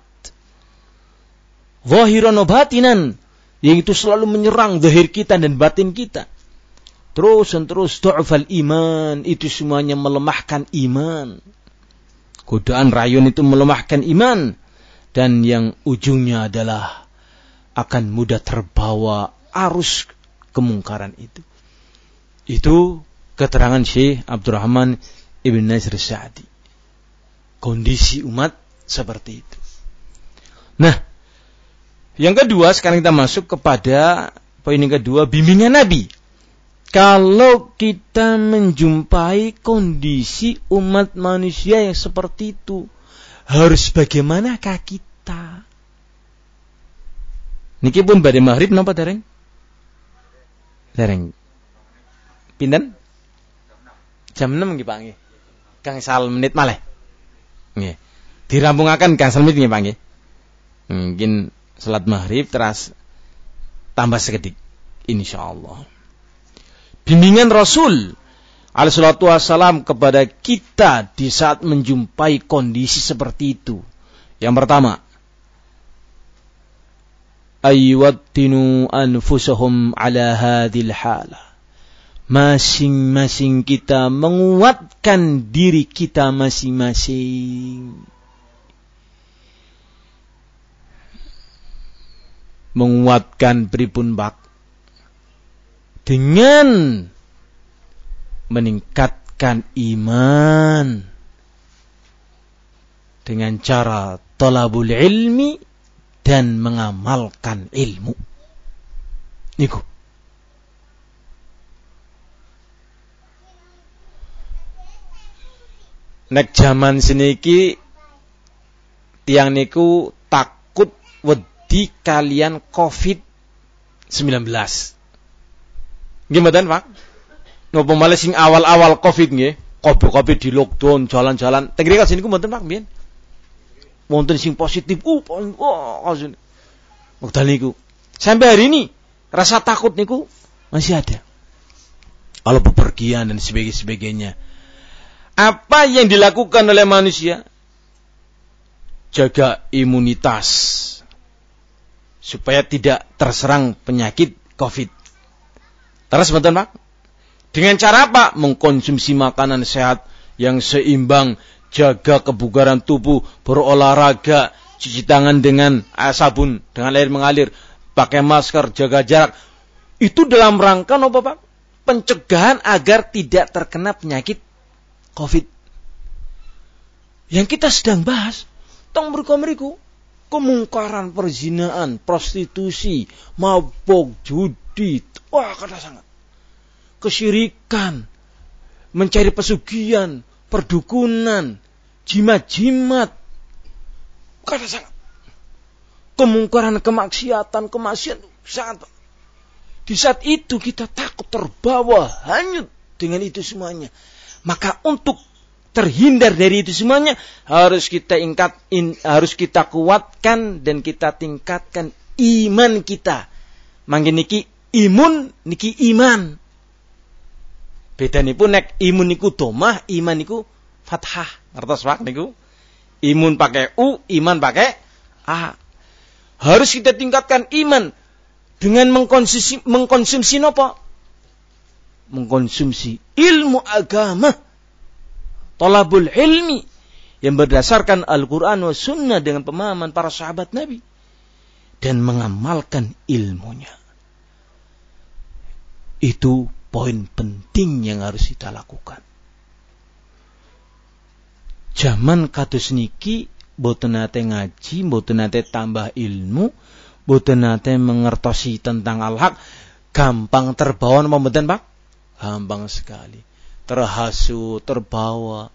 zahiran wa batinan, yang itu selalu menyerang zahir kita dan batin kita. Terus dan terus du'fal iman, itu semuanya melemahkan iman. Godaan rayuan itu melemahkan iman, dan yang ujungnya adalah akan mudah terbawa arus kemungkaran itu. Itu keterangan Syekh Abdurrahman Ibn Nasir Sa'di. Kondisi umat seperti itu. Nah, yang kedua, sekarang kita masuk kepada poin yang kedua, bimbingan Nabi. Kalau kita menjumpai kondisi umat manusia yang seperti itu, harus bagaimanakah kita? Niki pun badhe maghrib napa dereng? Dereng. Pinten? Jam enam nggih Pak nggih. Kang sal menit malih. Nggih. Dirampungaken Kang Salmit nggih Pak nggih. Mungkin salat maghrib terus tambah sekedik insyaallah. Bimbingan Rasul alaihi salatu wasalam kepada kita di saat menjumpai kondisi seperti itu. Yang pertama, aywattinu anfusahum ala hadhil halah. Masing-masing kita menguatkan diri kita masing-masing. Menguatkan pripun Pak? Dengan meningkatkan iman. Dengan cara talabul ilmi dan mengamalkan ilmu. Niku. Nek jaman seniki tiang niku takut wedi kalian covid sembilan belas. Nggih mboten, Pak? Napa malih sing awal-awal Covid nggih, kopi-kopi di lockdown, jalan-jalan. Teng mriki niku mboten, Pak, mbiyen. Wonten sing positif, uh, oh, kasun. Wekdal niku. Sampai hari ini rasa takut niku masih ada. Kalau bepergian dan sebagainya. Apa yang dilakukan oleh manusia? Jaga imunitas supaya tidak terserang penyakit Covid. Terus betul Pak? Dengan cara apa? Mengkonsumsi makanan sehat yang seimbang, jaga kebugaran tubuh, berolahraga, cuci tangan dengan air sabun, dengan air mengalir, pakai masker, jaga jarak. Itu dalam rangka apa Pak? Pencegahan agar tidak terkena penyakit COVID. Yang kita sedang bahas, tong mriku-mriku, kemungkaran perzinaan, prostitusi, mabok, judi, wah kata sangat. Kesyirikan, mencari pesugihan, perdukunan, jimat-jimat, kata sangat. Kemungkaran, kemaksiatan, kemaksiatan, sangat. Di saat itu kita takut terbawa hanyut dengan itu semuanya. Maka untuk terhindar dari itu semuanya harus kita ingkat, in, harus kita kuatkan dan kita tingkatkan iman kita. Mangke niki imun niki iman. Bedanipun nek imun niku domah, iman niku fathah. Ngertos Pak niku? Imun pakai u, iman pakai a. Harus kita tingkatkan iman dengan mengkonsumsi mengkonsumsi apa? Mengkonsumsi ilmu agama. Thalabul ilmi yang berdasarkan Al-Qur'an wa sunnah dengan pemahaman para sahabat Nabi dan mengamalkan ilmunya. Itu poin penting yang harus kita lakukan. Zaman kados niki boten nate ngaji, boten nate tambah ilmu, boten nate mengertosi tentang al-haq, gampang terbawa napa mboten Pak? Gampang sekali. Terhasu, terbawa.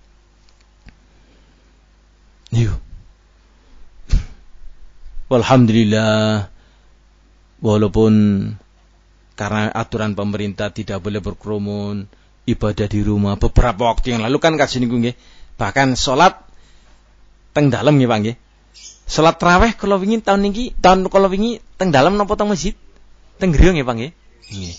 Yuk. Alhamdulillah, walaupun karena aturan pemerintah tidak boleh berkerumun, ibadah di rumah beberapa waktu yang lalu kan kaji niku nggih, bahkan salat teng dalem nggih Pak nggih. Salat tarawih kula wingi tahun niki, tahun kula wingi teng dalem napa teng masjid? Teng griya nggih Pak nggih. Nggih.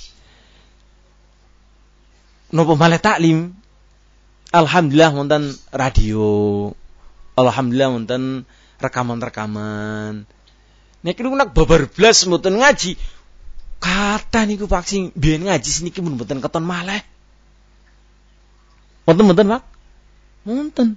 Napa malih taklim? Alhamdulillah wonten radio. Alhamdulillah wonten rekaman-rekaman. Nek niku nak babar blas mboten ngaji. Kata niku Pak sing biyen ngaji niki mun mboten keton malih. Wonten mboten Pak? Wonten.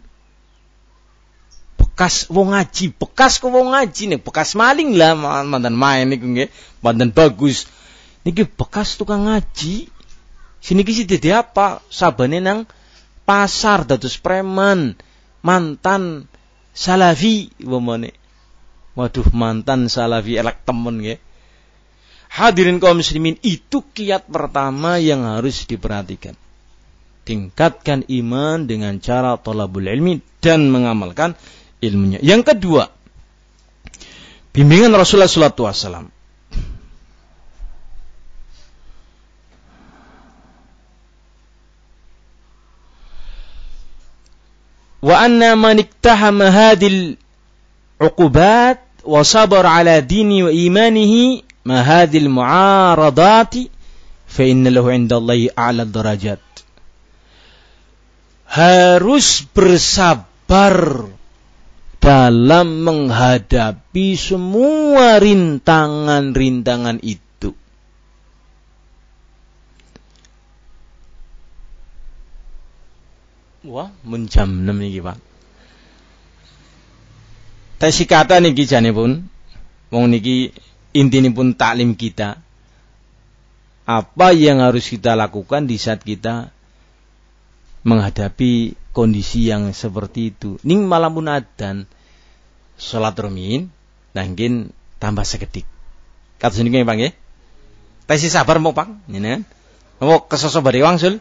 Bekas wong ngaji, bekas ke wong ngaji nih, bekas maling lah mantan main niku nggih, mantan bagus. Niki bekas tukang ngaji. Sini kisi dadi apa? Sabane nang pasar dados preman, mantan salafi womone. Waduh, mantan salafi elek temen nggih. Hadirin kaum muslimin, itu kiat pertama yang harus diperhatikan. Tingkatkan iman dengan cara thalabul ilmi dan mengamalkan ilmunya. Yang kedua, bimbingan Rasulullah sallallahu alaihi wasallam. Wa anna man iktahama hadhil uqubat wa sabar ala dini wa imanihi ma hadhil mu'aradati fa inna lahu 'inda Allahi a'la darajat. Harus bersabar dalam menghadapi semua rintangan-rintangan itu. Wah, menjam enam niki Pak. Tesi kata niki janipun, wong niki intinipun taklim kita. Apa yang harus kita lakukan di saat kita menghadapi kondisi yang seperti itu? Ning malamun adan salat rumiyin nangkin tambah sekedik. Kados niki Pak nggih. Tesi sabar mau Pak, ngene kan. Mau kesoso bare wangsul.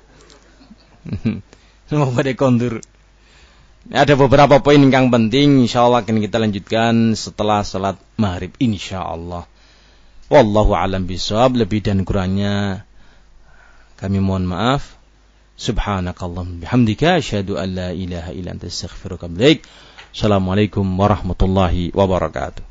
Mau pada kondur. Ada beberapa poin yang penting, insyaallah akan kita lanjutkan setelah salat maghrib insyaallah. Wallahu a'lam bishawab. Lebih dan kurangnya kami mohon maaf. Subhanakallahumma bihamdika asyhadu an la ilaha illa anta astaghfiruka wa atubu ilaik. Assalamualaikum warahmatullahi wabarakatuh.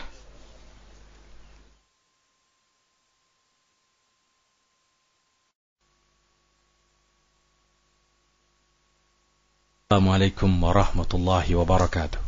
Assalamualaikum warahmatullahi wabarakatuh.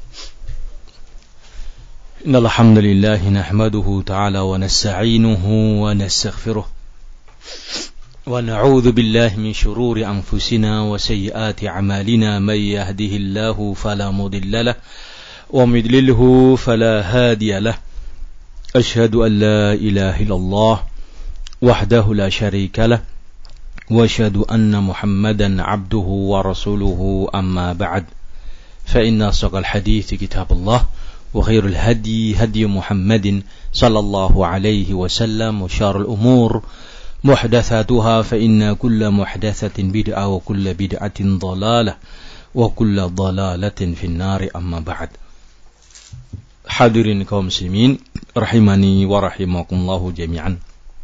Innal hamdalillah nahmaduhu ta'ala wa nasta'inuhu wa nastaghfiruh wa na'udzu billahi min shururi anfusina wa sayyiati a'malina may yahdihillahu fala mudilla lahu wa may yudlilhu fala hadiya lahu. Asyhadu an la ilaha illallah وحده لا شريك له وأشهد أن محمدا عبده ورسوله أما بعد فإن أصدق الحديث كتاب الله وخير الهدي هدي محمد صلى الله عليه وسلم وشر الأمور محدثاتها فإن كل محدثة بدعة وكل بدعة ضلالة وكل ضلالة في النار أما بعد. Hadirin kaum muslimin rahimani wa rahimakumullahu jami'an.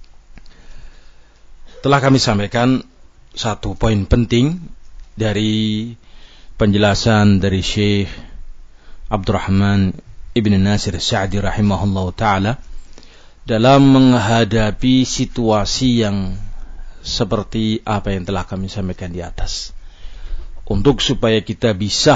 Telah kami sampaikan satu poin penting dari penjelasan dari Syekh Abdurrahman Ibn Nasir Sa'di rahimahullahu ta'ala dalam menghadapi situasi yang seperti apa yang telah kami sampaikan di atas. Untuk supaya kita bisa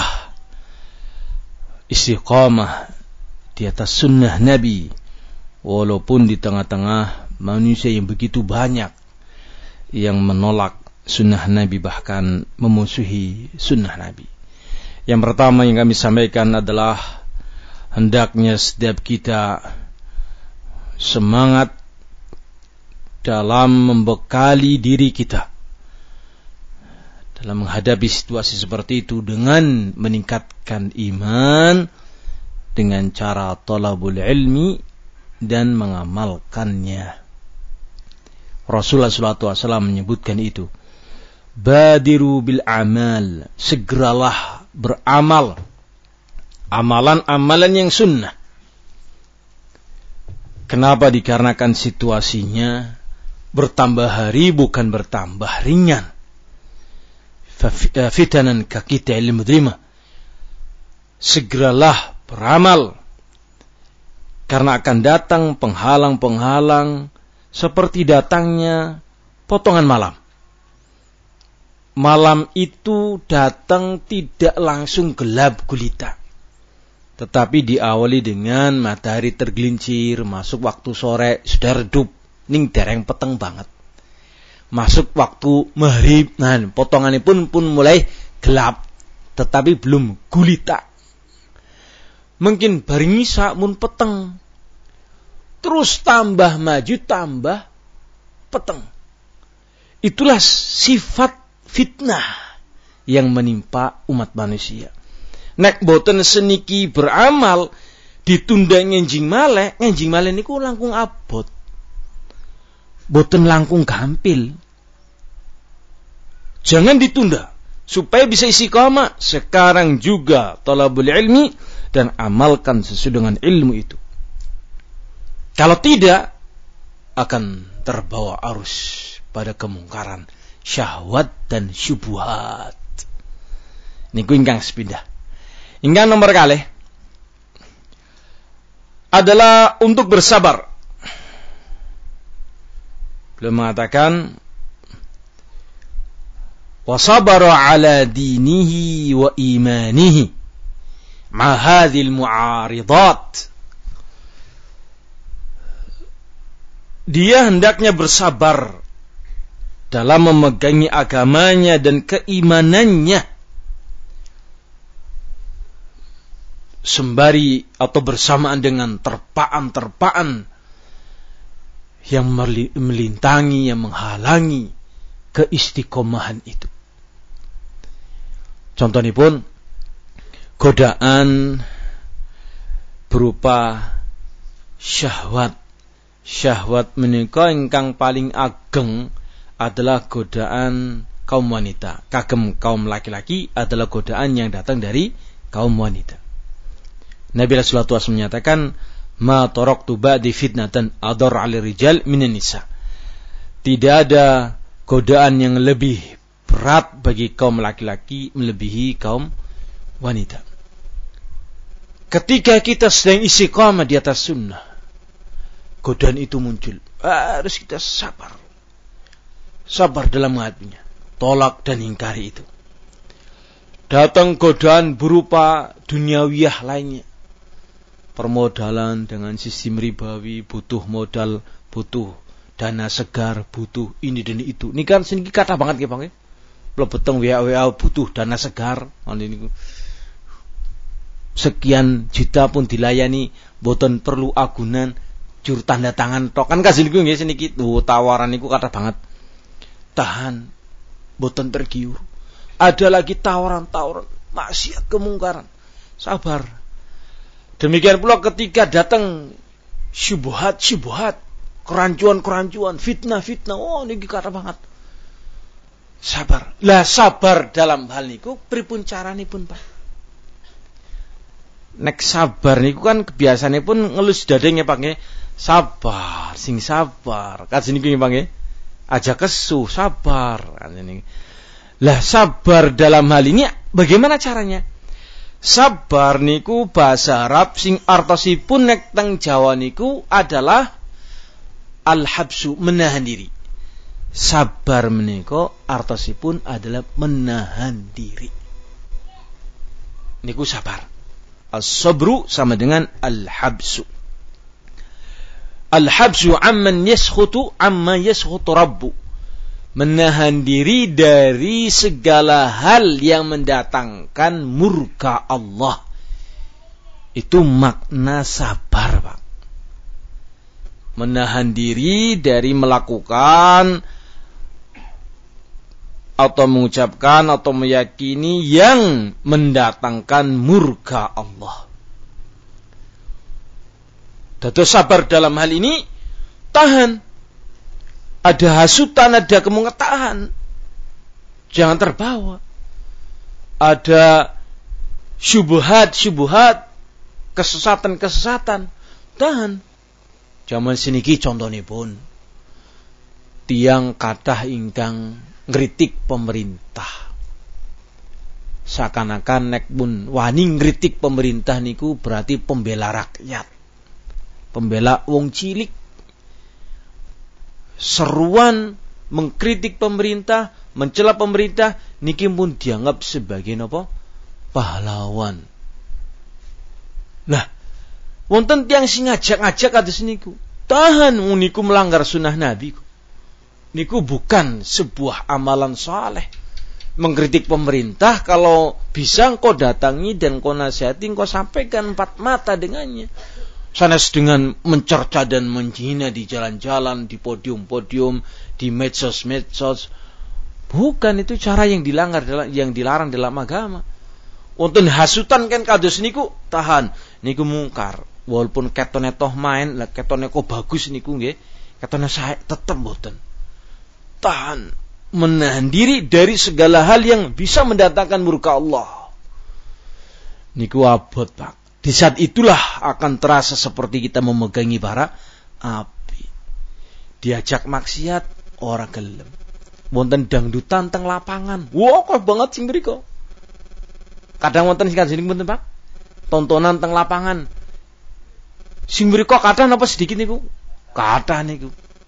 istiqamah di atas sunnah Nabi, walaupun di tengah-tengah manusia yang begitu banyak yang menolak sunnah Nabi, bahkan memusuhi sunnah Nabi. Yang pertama yang kami sampaikan adalah hendaknya setiap kita semangat dalam membekali diri kita dalam menghadapi situasi seperti itu dengan meningkatkan iman dengan cara talabul ilmi dan mengamalkannya. Rasulullah shallallahu alaihi wasallam menyebutkan itu. Badiru bil amal, segeralah beramal. Amalan-amalan yang sunnah. Kenapa? Dikarenakan situasinya bertambah hari bukan bertambah ringan. Fitanan kakita ilmu terima. Segeralah beramal, karena akan datang penghalang-penghalang seperti datangnya potongan malam. Malam itu datang tidak langsung gelap gulita, tetapi diawali dengan matahari tergelincir, masuk waktu sore sudah redup, ning dereng peteng banget. Masuk waktu maghrib, nah potongannya pun pun mulai gelap, tetapi belum gulita. Mungkin bareng isa mun peteng. Terus tambah maju tambah peteng. Itulah sifat fitnah yang menimpa umat manusia. Nek boten seniki beramal ditunda ngenjing malih, ngenjing malih niku langkung abot. Boten langkung gampil. Jangan ditunda supaya bisa istiqamah sekarang juga talabul ilmi dan amalkan sesuai dengan ilmu itu. Kalau tidak, akan terbawa arus pada kemungkaran, syahwat dan syubhat. Niku ingkang sepindah. Ingkang nomor kalih adalah untuk bersabar. Beliau mengatakan, wa sabara ala dinihi wa imanihi ma hadhil mu'aridat. Dia hendaknya bersabar dalam memegangi agamanya dan keimanannya, sembari atau bersamaan dengan terpaan-terpaan yang melintangi, yang menghalangi keistiqomahan itu. Contohnya pun godaan berupa syahwat. Syahwat menika ingkang paling ageng adalah godaan kaum wanita. Kagem kaum laki-laki adalah godaan yang datang dari kaum wanita. Nabi sallallahu alaihi wasallam menyatakan, "Ma taraktu ba'di fitnatan adar 'alal rijal minan nisa." Tidak ada godaan yang lebih berat bagi kaum laki-laki melebihi kaum wanita. Ketika kita sedang istiqamah di atas sunnah, godaan itu muncul. Harus kita sabar. Sabar dalam menghadapinya. Tolak dan ingkari itu. Datang godaan berupa duniawiyah lainnya. Permodalan dengan sistem ribawi, butuh modal, butuh dana segar, butuh ini dan itu. Ini kan sini kata banget ya Bang. Belum beteng W A W A butuh dana segar. Ini sekian juta pun dilayani, boten perlu agunan, jur tanda tangan tok kan kasil niku nggih seniki tuh tawaran niku kathah banget. Tahan, boten tergiur. Ada lagi tawaran-tawaran maksiat kemungkaran. Sabar. Demikian pula ketika datang syubhat-syubhat, kerancuan-kerancuan, fitnah-fitnah. Oh, niki kathah banget. Sabar. Lah sabar dalam hal niku pripun caranipun, Pak? Nek sabar niku kan kebiasaanipun ngelus dadenge Pak nggih. Sabar, sing sabar. Kados niku nggih Pak nggih. Aja kesu, sabar. Lah sabar dalam hal ini bagaimana caranya? Sabar niku bahasa Arab sing artosipun nek teng Jawa niku adalah al-habsu, menahan diri. Sabar menika artosipun adalah menahan diri. Niku sabar. As-sabru sama dengan al-habsu. Al-habsu amman yaskhutu amma yaskhutu rabbu. Menahan diri dari segala hal yang mendatangkan murka Allah. Itu makna sabar, Pak. Menahan diri dari melakukan atau mengucapkan atau meyakini yang mendatangkan murka Allah. Dados sabar dalam hal ini tahan. Ada hasutan, ada kemungkaran. Jangan terbawa. Ada syubhat-syubhat, kesesatan-kesesatan. Tahan. Zaman seniki contonipun tiang kathah ingkang ngritik pemerintah. Seakan-akan nek pun wani ngritik pemerintah niku berarti pembela rakyat. Pembela wong cilik. Seruan mengkritik pemerintah, mencela pemerintah niki pun dianggap sebagai napa? Pahlawan. Lah, wonten tiyang sing ngajak-ngajak kados niku. Tahan, niku melanggar sunnah Nabi. Niku bukan sebuah amalan saleh. Mengkritik pemerintah kalau bisa engkau datangi dan engkau nasihati, engkau sampaikan empat mata dengannya. Sanes dengan mencerca dan menghina di jalan-jalan, di podium-podium, di medsos-medsos. Bukan itu cara yang dilanggar dalam, yang dilarang dalam agama. Wonten hasutan kan kados niku tahan. Niku mungkar. Walaupun ketone toh main, lah ketone kok bagus niku nggih. Ketone sae tetep mboten. Tahan, menahan diri dari segala hal yang bisa mendatangkan murka Allah. Niku abot, Pak. Di saat itulah akan terasa seperti kita memegangi bara api. Diajak maksiat ora gelem. Wonten dangdutan teng lapangan. Wah, kok banget sing mriko. Kadang wonten sing kanjeng mboten, Pak. Tontonan teng lapangan. Sing mriko kathah napa sedikit niku? Kathah niku.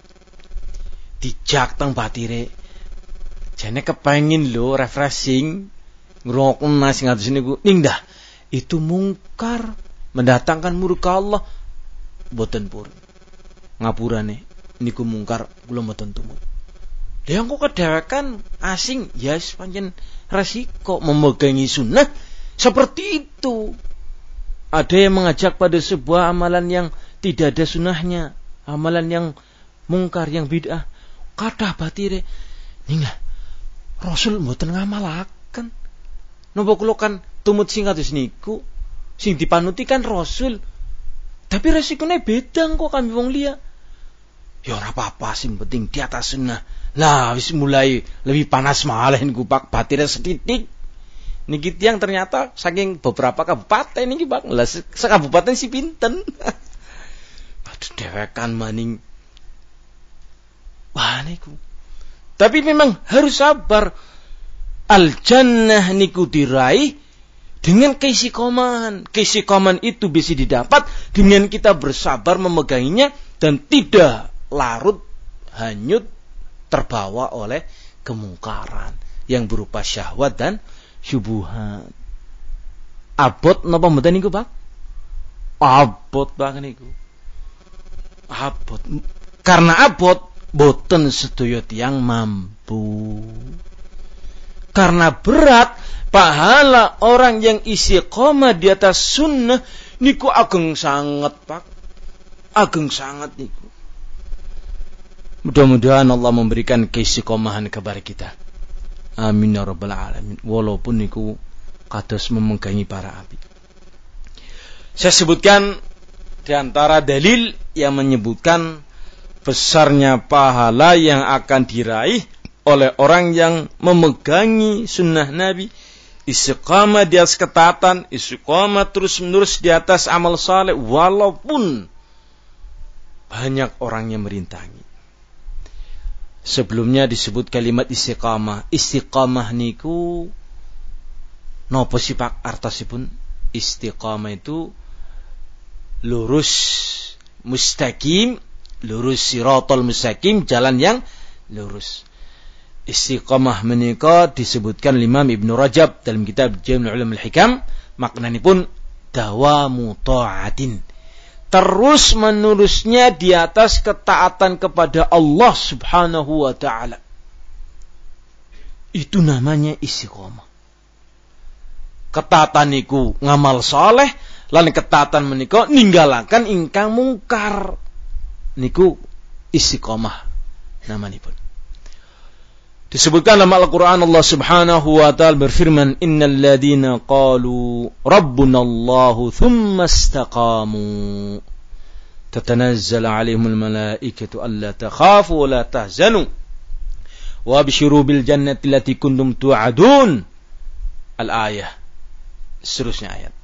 Dijak teng batire. Jane kepengin lho refreshing ngrungokno sing ngados niku. Ning dah itu mungkar, mendatangkan murka Allah. Boten pur ngapurane niku mungkar kula mboten tumut. Lha engko kedhewekan asing ya yes, pancen resiko memegangi sunnah seperti itu. Ada yang mengajak pada sebuah amalan yang tidak ada sunnahnya, amalan yang mungkar, yang bid'ah. Kathah batire ninglah Rasul mboten ngamalaken. Napa kula kan tumut sing kados niku sing dipanuti kan Rasul. Tapi resikone beda kok kami wong liya. Ya ora apa-apa sing penting di atas sunnah. Lah wis mulai lebih panas malih niku Pak batire setitik. Niki tiyang ternyata saking beberapa kabupaten niki Pak. Lah sekabupaten si pinten. Aduh dewekan maning. Wah niku. Tapi memang harus sabar. Al-jannah niku diraih dengan keistiqomahan. Keistiqomahan itu bisa didapat dengan kita bersabar memeganginya dan tidak larut, hanyut, terbawa oleh kemungkaran yang berupa syahwat dan syubhat. Abot napa mboten niku, Pak? Abot Pak niku. Abot. Karena abot boten sedaya tiyang mampu. Karena berat, pahala orang yang istiqomah di atas sunnah niku ageng sangat, Pak. ageng sangat niku. Mudah-mudahan Allah memberikan keistiqomahan kepada kita. Amin ya rabbal alamin. Walaupun niku kados memegangi para api. Saya sebutkan di antara dalil yang menyebutkan besarnya pahala yang akan diraih oleh orang yang memegangi sunnah Nabi, istiqamah di atas ketaatan, istiqamah terus-menerus di atas amal saleh, walaupun banyak orang yang merintangi. Sebelumnya disebut kalimat istiqamah. Istiqamah niku napa sih Pak artosipun? Istiqamah itu lurus, mustaqim, lurus siratal mustaqim, jalan yang lurus. Istiqamah menika disebutkan Imam Ibnu Rajab dalam kitab Jami' Ulumul Hikam, maknanipun dawamu ta'atin, terus menerusnya di atas ketaatan kepada Allah Subhanahu wa taala. Itu namanya istiqamah. Ketaatan niku ngamal saleh, lan ketaatan menika ninggalaken ingkang mungkar. Niku istiqamah namanipun. Disebutkan dalam Al-Quran Allah Subhanahu wa ta'ala berfirman, innal ladhina qalu rabbuna Allahu thumma istaqamu tatanazzalu alaihimul malaikatu alla takhafu wa la tahzanu wa abshiru bil jannati allati kuntum tu'adun. Al-ayah. Seterusnya ayat.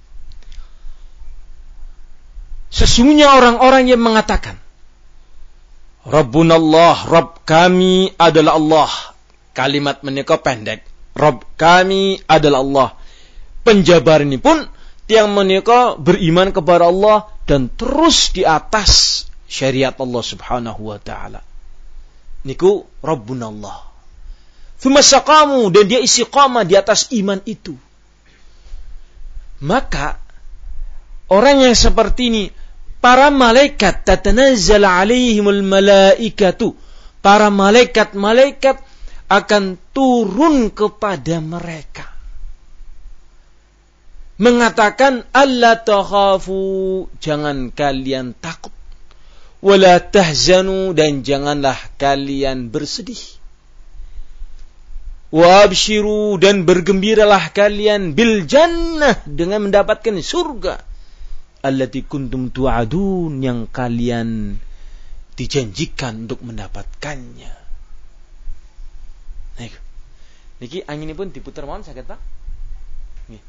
Sesungguhnya orang-orang yang mengatakan Rabbuna Allah, Rabb kami adalah Allah. Kalimat menika pendek. Rabb kami adalah Allah. Penjabar ini pun tiang menika beriman kepada Allah dan terus di atas syariat Allah Subhanahu wa taala. Niku Rabbuna Allah. Tsumma istaqamu, dan dia istiqamah di atas iman itu. Maka orang yang seperti ini, para malaikat tatanazzal alaihimul malaikatu, para malaikat-malaikat akan turun kepada mereka mengatakan alla takhafu, jangan kalian takut, wala tahzanu, dan janganlah kalian bersedih, wa abshiru, dan bergembiralah kalian bil jannah, dengan mendapatkan surga, allati kuntum tu'adun, yang kalian dijanjikan untuk mendapatkannya. Nih, niki angin pun diputar mawon saged Pak. Nggih.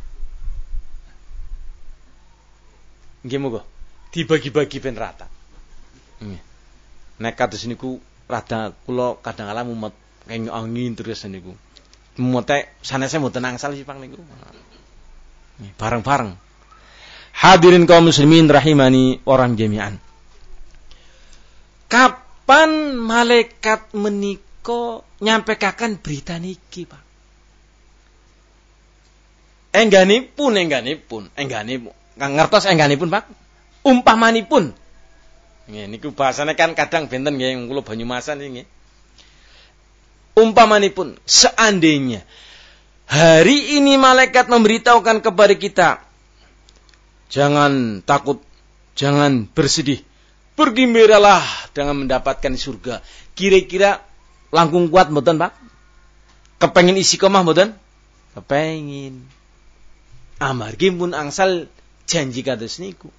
Nggih monggo. Dibagi-bagi ben rata. Nggih. Nek kados niku rada kula kadang kala mumet kenging angin terus niku. Mumete sanese mboten angsal sih Pak niku. Nggih, bareng-bareng. Hadirin kaum muslimin rahimani orang jami'an. Kapan malaikat menika nyampekaken berita niki, Pak? Engganipun, engganipun, engganipun. Kang ngertos engganipun, Pak? Umpamanipun. Nggih, niku bahasane kan kadang benten nggih kula Banyumasan nggih. Umpamanipun, seandainya hari ini malaikat memberitahukan kepada kita, jangan takut, jangan bersedih, bergembiralah dengan mendapatkan surga. Kira-kira langkung kuat mboten, Pak? Kepengin istiqomah mboten? Kepengin. Amargi pun angsal janji kados niku.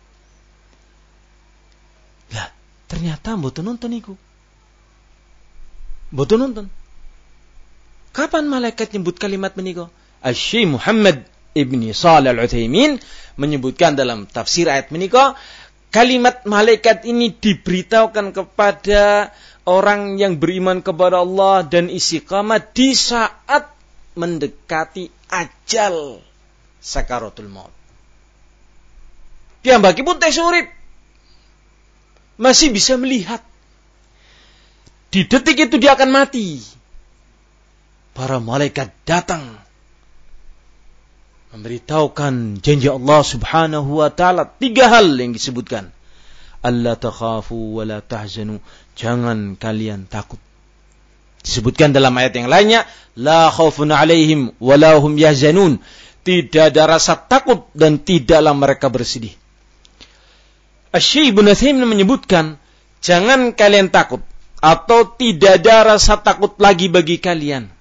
Lah, ternyata mboten nonton niku. Mboten nonton. Kapan malaikat nyebut kalimat menika? Asy-Syaikh Muhammad Ibni Shalih Al-Utsaimin menyebutkan dalam tafsir ayat menika, kalimat malaikat ini diberitahukan kepada orang yang beriman kepada Allah dan istiqamah di saat mendekati ajal sakaratul maut. Piyambakipun teh urip masih bisa melihat. Di detik itu dia akan mati. Para malaikat datang memberitahukan janji Allah Subhanahu wa taala. Tiga hal yang disebutkan. Alla takhafu wa la tahzanu, jangan kalian takut. Disebutkan dalam ayat yang lainnya, la khaufun alaihim wa la hum yahzanun, tidak ada rasa takut dan tidaklah mereka bersedih. Asy-Syaikh Ibnu Utsaimin menyebutkan, jangan kalian takut atau tidak ada rasa takut lagi bagi kalian.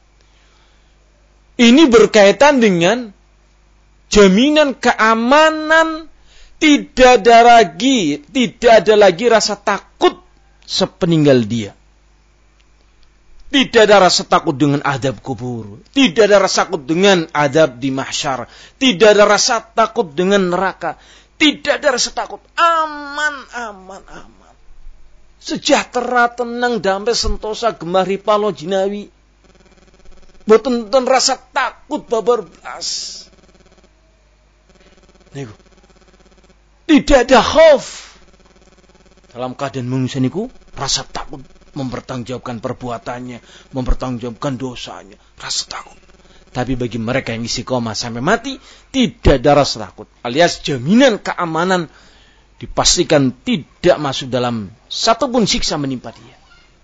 Ini berkaitan dengan jaminan keamanan, tidak ada lagi, tidak ada lagi rasa takut sepeninggal dia. Tidak ada rasa takut dengan azab kubur, tidak ada rasa takut dengan azab di mahsyar, tidak ada rasa takut dengan neraka, tidak ada rasa takut, aman, aman, aman. Sejahtera, tenang, damai, sentosa, gemari, palo, jinawi. Boten-boten rasa takut babar belas. Niku. Tidak ada khauf. Dalam keadaan manusia niku rasa takut mempertanggungjawabkan perbuatannya, mempertanggungjawabkan dosanya, rasa takut. Tapi bagi mereka yang istiqomah sampai mati, tidak ada rasa takut. Alias jaminan keamanan dipastikan tidak masuk dalam satupun siksa menimpa dia.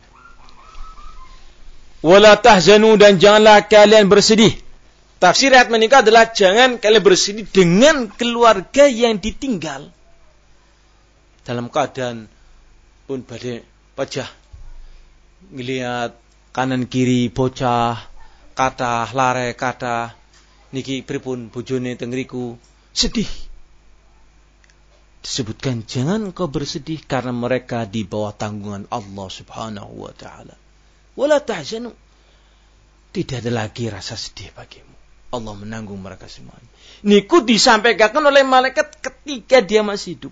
Wala tahzanu, dan janganlah kalian bersedih. Tafsir ayat menikah adalah jangan kalian bersedih dengan keluarga yang ditinggal. Dalam keadaan pun badai pajah, ngelihat kanan kiri bocah, kata lare kata niki pripun bojone teng ngriku, sedih. Disebutkan jangan kau bersedih karena mereka di bawah tanggungan Allah Subhanahu wa taala. Wala tahzanu, tidak ada lagi rasa sedih bagimu. Allah menanggung mereka semuanya. Niku disampaikan oleh malaikat ketika dia masih hidup.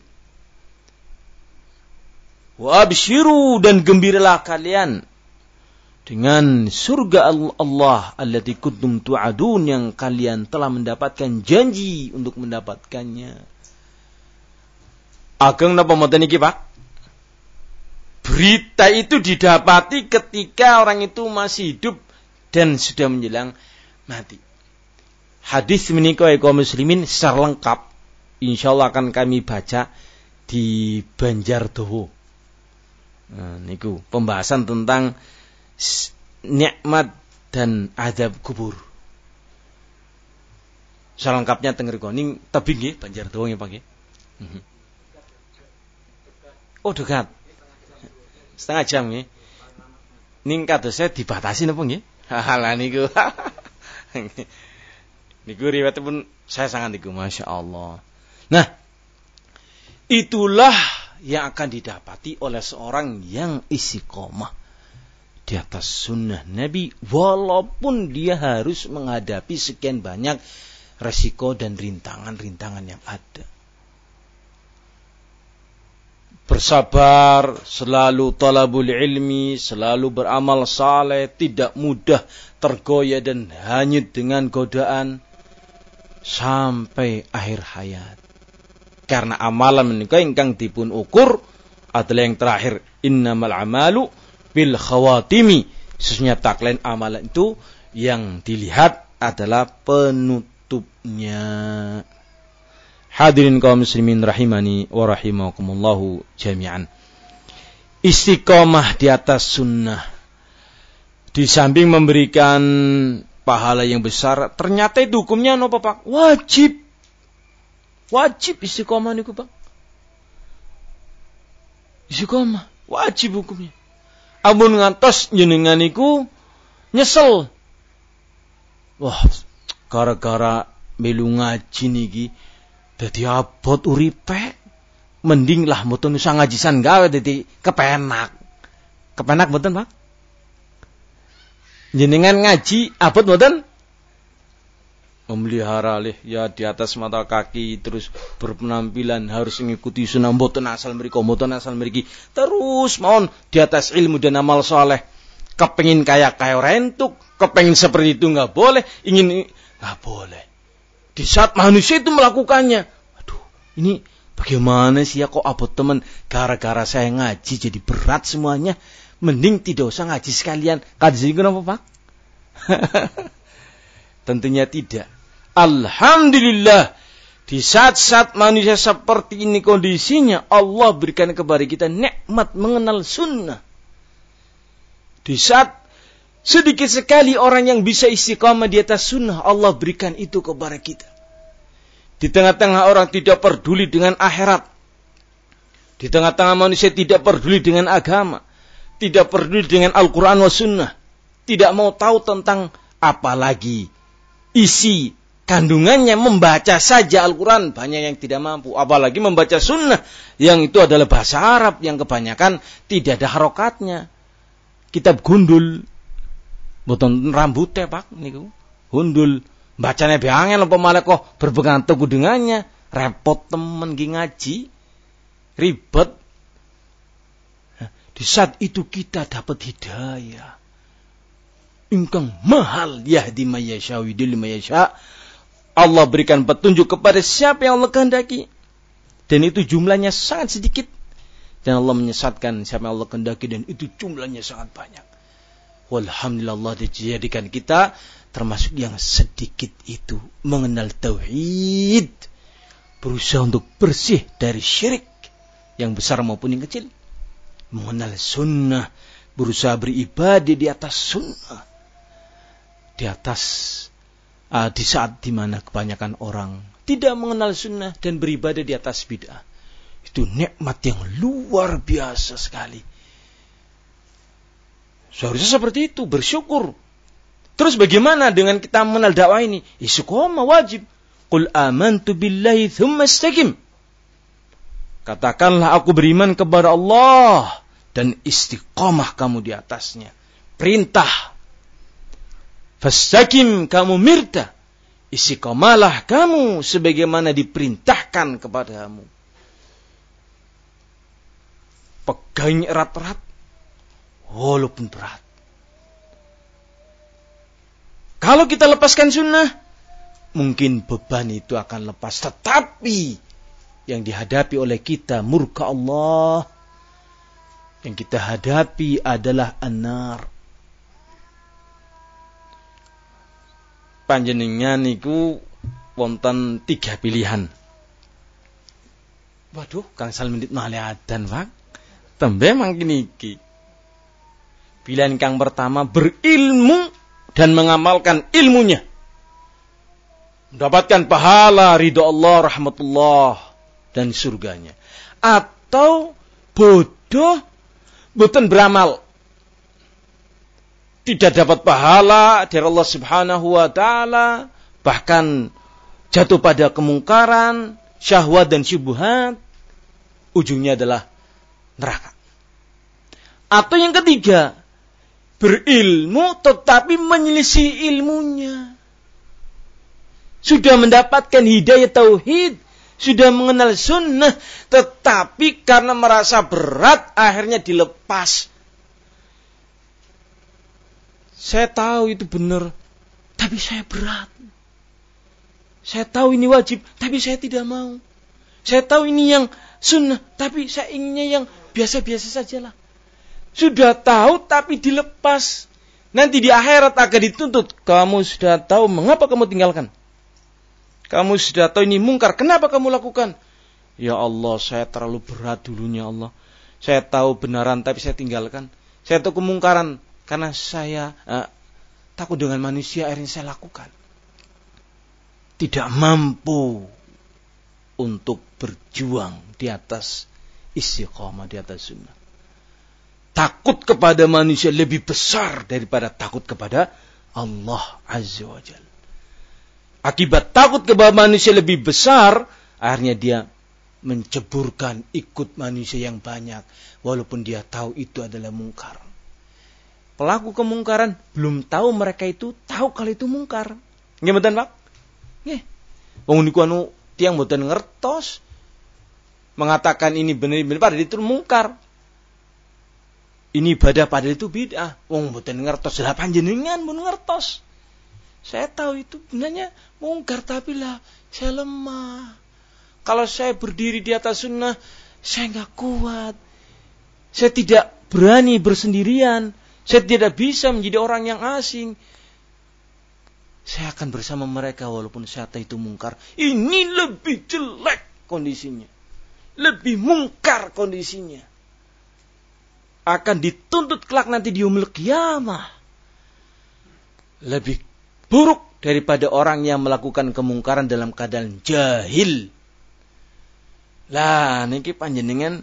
Wa abshiru, dan gembiralah kalian dengan surga Allah allati kuntum tu'adun, yang kalian telah mendapatkan janji untuk mendapatkannya. Ageng napa mboten niki, Pak? Berita itu didapati ketika orang itu masih hidup dan sudah menjelang mati. Hadis menika kaum muslimin secara lengkap insyaallah akan kami baca di Banjardowo. Nah, niku pembahasan tentang nikmat dan azab kubur. Selengkapnya teng mriku ning tebing nggih Banjardowo nggih Pak nggih. Oh dekat. Setengah jam nggih. Ning kadose dibatasi napa nggih? Halah niku. Niku riwayatipun saya sangat niku masyaallah. Nah, itulah yang akan didapati oleh seorang yang istiqomah di atas sunnah Nabi, walaupun dia harus menghadapi sekian banyak resiko dan rintangan-rintangan yang ada. Bersabar, selalu talabul ilmi, selalu beramal saleh, tidak mudah tergoyah dan hanyut dengan godaan sampai akhir hayat. Karena amalan menika ingkang dipun ukur adalah yang terakhir, innamal amalu bil khawatimi. Sesungguhnya tagline amalan itu yang dilihat adalah penutupnya. Hadirin kaum muslimin rahimani wa rahimakumullahu jami'an. Istiqomah di atas sunnah, di samping memberikan pahala yang besar, ternyata itu hukumnya napa Pak? Wajib. Wajib istiqomah niku Pak. Istiqomah wajib hukumnya. Amun ngantos jenengan niku nyesel. Wah, gara-gara melu ngaji niki dadi abot uripe, mending lah mboten usah ngajisan gawe dadi kepenak. Kepenak mboten Pak? Jenengan ngaji abot mboten? Memelihara lih ya di atas mata kaki, terus berpenampilan harus mengikuti sunnah, mboten asal mriko, mboten asal mriki, terus mohon di atas ilmu dan amal soleh. Kepengin kaya kaya rentuk, kepengin seperti itu nggak boleh, ingin nggak boleh. Di saat manusia itu melakukannya, aduh, ini bagaimana sih ya kok abot teman, gara-gara saya ngaji jadi berat semuanya, mending tidak usah ngaji sekalian. Kaji kenapa Pak? Tentunya tidak. Alhamdulillah, di saat-saat manusia seperti ini kondisinya, Allah berikan kepada kita nikmat mengenal sunnah. Di saat sedikit sekali orang yang bisa istiqamah di atas sunnah, Allah berikan itu kepada kita. Di tengah-tengah orang tidak peduli dengan akhirat, Di tengah-tengah manusia tidak peduli dengan agama, tidak peduli dengan Al-Quran wa Sunnah, tidak mau tahu tentang apalagi isi kandungannya. Membaca saja Al-Quran banyak yang tidak mampu, apalagi membaca Sunnah yang itu adalah bahasa Arab yang kebanyakan tidak ada harokatnya. Kitab gundul, boten rambutnya pak niku gundul, bacanya beangel apa malah kok berpegang teguh dengannya, repot temen ngaji, ribet. Nah, di saat itu kita dapat hidayah. Ingkang mahal yahdi mayyasha wa yudhillu mayyasha. Allah berikan petunjuk kepada siapa yang Allah kehendaki. Dan itu jumlahnya sangat sedikit. Dan Allah menyesatkan siapa yang Allah kehendaki, dan itu jumlahnya sangat banyak. Walhamdulillah, Allah dijadikan kita termasuk yang sedikit itu mengenal tauhid, berusaha untuk bersih dari syirik yang besar maupun yang kecil, mengenal sunnah, berusaha beribadah di atas sunnah, di atas uh, di saat dimana kebanyakan orang tidak mengenal sunnah dan beribadah di atas bid'ah. Itu nikmat yang luar biasa sekali. Seharusnya seperti itu, bersyukur. Terus bagaimana dengan kita mengenal dakwah ini? Istiqomah wajib. Qul amantu billahi thumma istaqim. Katakanlah aku beriman kepada Allah dan istiqomah kamu di atasnya. Perintah. Fastaqim kamu mirta. Istiqomalah kamu sebagaimana diperintahkan kepadamu. Pegang erat-erat walaupun berat. Kalau kita lepaskan sunnah, mungkin beban itu akan lepas. Tetapi yang dihadapi oleh kita murka Allah. Yang kita hadapi adalah an-nar. Panjenengan niku wonten tiga pilihan. Waduh, Kang Sal menit malih adan, Pak. Tembe mangkin iki. Pilihan kang pertama, berilmu dan mengamalkan ilmunya. Mendapatkan pahala ridho Allah, rahmatullah, dan surganya. Atau bodoh, boten beramal. Tidak dapat pahala dari Allah subhanahu wa ta'ala. Bahkan jatuh pada kemungkaran, syahwat dan syubhat. Ujungnya adalah neraka. Atau yang ketiga, berilmu tetapi menyelisih ilmunya. Sudah mendapatkan hidayah tauhid, sudah mengenal sunnah, tetapi karena merasa berat akhirnya dilepas. Saya tahu itu benar, tapi saya berat. Saya tahu ini wajib, tapi saya tidak mau. Saya tahu ini yang sunnah, tapi saya inginnya yang biasa-biasa sajalah. Sudah tahu tapi dilepas. Nanti di akhirat akan dituntut. Kamu sudah tahu mengapa kamu tinggalkan? Kamu sudah tahu ini mungkar, kenapa kamu lakukan? Ya Allah, saya terlalu berat dulunya Allah. Saya tahu benaran tapi saya tinggalkan. Saya tahu kemungkaran karena saya uh, takut dengan manusia, akhirnya saya lakukan. Tidak mampu untuk berjuang di atas istiqamah, di atas sunnah. Takut kepada manusia lebih besar daripada takut kepada Allah Azza wa Jalla. Akibat takut kepada manusia lebih besar, akhirnya dia menceburkan ikut manusia yang banyak, walaupun dia tahu itu adalah mungkar. Pelaku kemungkaran belum tahu mereka itu tahu kalau itu mungkar. Nggih mboten, Pak? Nggih. Wong niku anu tiyang mboten ngertos mengatakan ini benar-benar padahal itu mungkar. Ini ibadah padahal itu bid'ah. Wong mboten ngertos, lah panjenengan pun ngertos. Saya tahu itu benarnya mungkar, tapi lah saya lemah. Kalau saya berdiri di atas sunnah, saya enggak kuat. Saya tidak berani bersendirian. Saya tidak bisa menjadi orang yang asing. Saya akan bersama mereka walaupun saya tahu itu mungkar. Ini lebih jelek kondisinya. Lebih mungkar kondisinya. Akan dituntut kelak nanti di yaumul qiyamah. Lebih buruk daripada orang yang melakukan kemungkaran dalam keadaan jahil. Lah niki panjenengan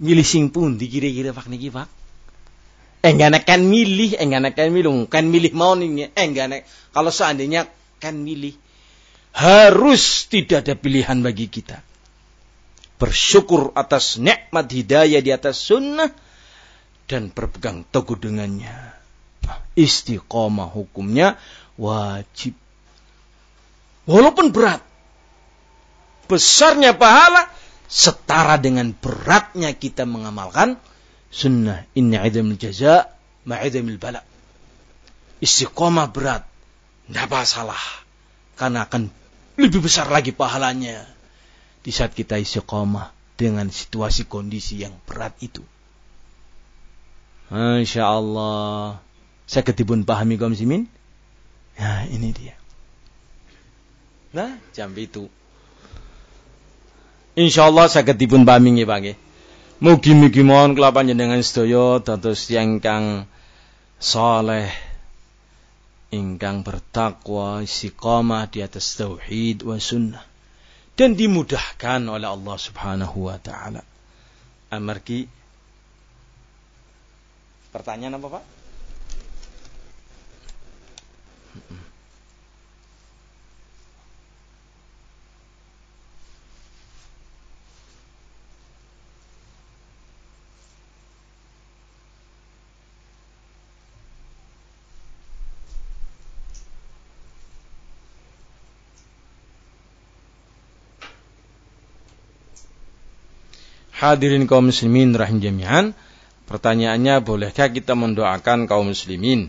milih sing pundi kira-kira Pak niki Pak? Enggak kan milih, enggak kan milih, kan milih mau nih, enggak. Kalau seandainya kan milih, harus tidak ada pilihan bagi kita. Bersyukur atas nikmat hidayah di atas sunnah dan berpegang teguh dengannya. Istiqomah hukumnya wajib. Walaupun berat, besarnya pahala setara dengan beratnya kita mengamalkan sunnah. Inna idamil jaza ma'idamil bala. Istiqomah berat, tidak masalah, karena akan lebih besar lagi pahalanya di saat kita istiqomah dengan situasi kondisi yang berat itu. Masya Allah. Saya ketibun pahami kaum muslimin. Nah ini dia. Nah jam itu. Insya Allah saya ketibun pahami nggih Pak nggih. Mugi-mugi mohon kula panjenengan sedaya dados tiyang kang saleh, ingkang bertakwa, istiqamah di atas tauhid wa sunnah, dan dimudahkan oleh Allah Subhanahu wa taala. Amargi pertanyaan apa Pak? Hadirin kaum muslimin rahim jami'an. Pertanyaannya, bolehkah kita mendoakan kaum muslimin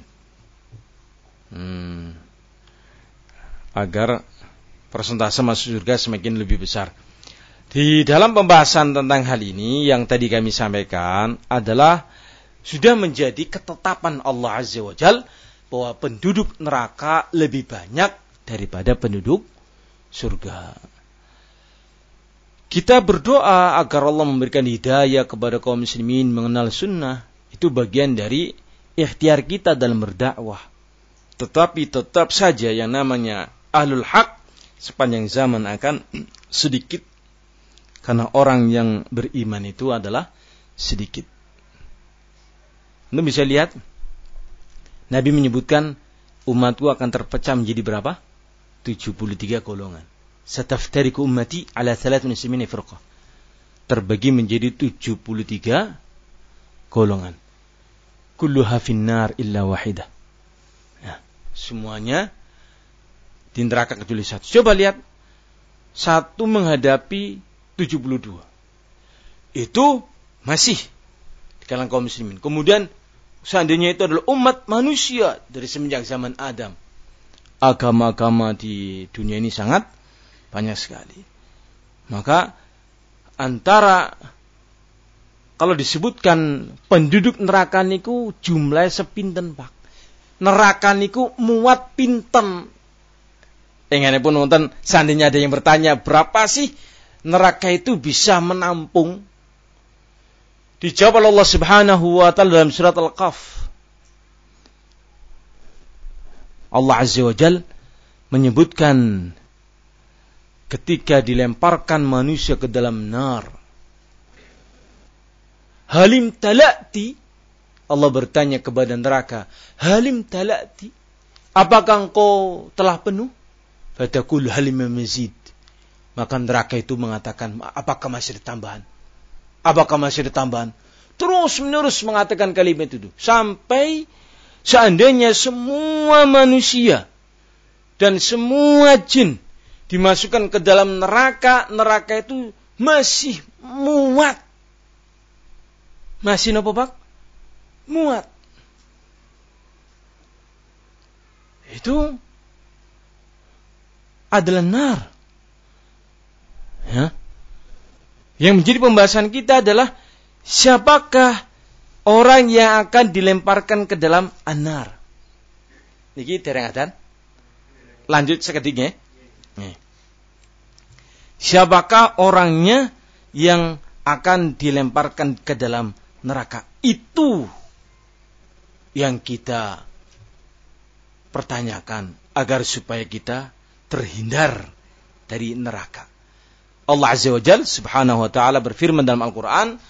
hmm, agar persentase masuk surga semakin lebih besar? Di dalam pembahasan tentang hal ini yang tadi kami sampaikan adalah sudah menjadi ketetapan Allah Azza wa Jalla bahwa penduduk neraka lebih banyak daripada penduduk surga. Kita berdoa agar Allah memberikan hidayah kepada kaum muslimin mengenal sunnah. Itu bagian dari ikhtiar kita dalam berdakwah. Tetapi tetap saja yang namanya ahlul haq sepanjang zaman akan sedikit. Karena orang yang beriman itu adalah sedikit. Anda bisa lihat, Nabi menyebutkan umatku akan terpecah menjadi berapa? tujuh puluh tiga golongan. Sataftariku ummati ala thalath min ismini firqah. Terbagi menjadi tujuh puluh tiga golongan. Kulluha finnar illa wahidah. Nah, semuanya di neraka kecuali satu. Coba lihat, satu menghadapi tujuh puluh dua. Itu masih di kalangan kaum muslimin. Kemudian seandainya itu adalah umat manusia dari semenjak zaman Adam. Agama-agama di dunia ini sangat banyak sekali. Maka antara kalau disebutkan penduduk neraka niku jumlah sepinten Pak. Neraka niku muat pinten. Ingatipun wonten seandainya ada yang bertanya berapa sih neraka itu bisa menampung? Dijawab oleh Allah Subhanahu wa taala dalam surat Al-Kahf. Allah Azza wa Jalla menyebutkan ketika dilemparkan manusia ke dalam nar. Halim talati, Allah bertanya kepada neraka, halim talati, apakah engkau telah penuh? Fatakul halim mazid. Maka neraka itu mengatakan, apakah masih ada tambahan? Apakah masih ada tambahan? Terus menerus mengatakan kalimat itu sampai seandainya semua manusia dan semua jin dimasukkan ke dalam neraka, neraka itu masih muat. Masih apa Pak? Muat. Itu adalah nar. Ya. Yang menjadi pembahasan kita adalah siapakah orang yang akan dilemparkan ke dalam an-nar. Niki dereng adan. Lanjut seketika. Nih. Siapakah orangnya yang akan dilemparkan ke dalam neraka? Itu yang kita pertanyakan agar supaya kita terhindar dari neraka. Allah Azza wa Jalla Subhanahu wa taala berfirman dalam Al-Qur'an,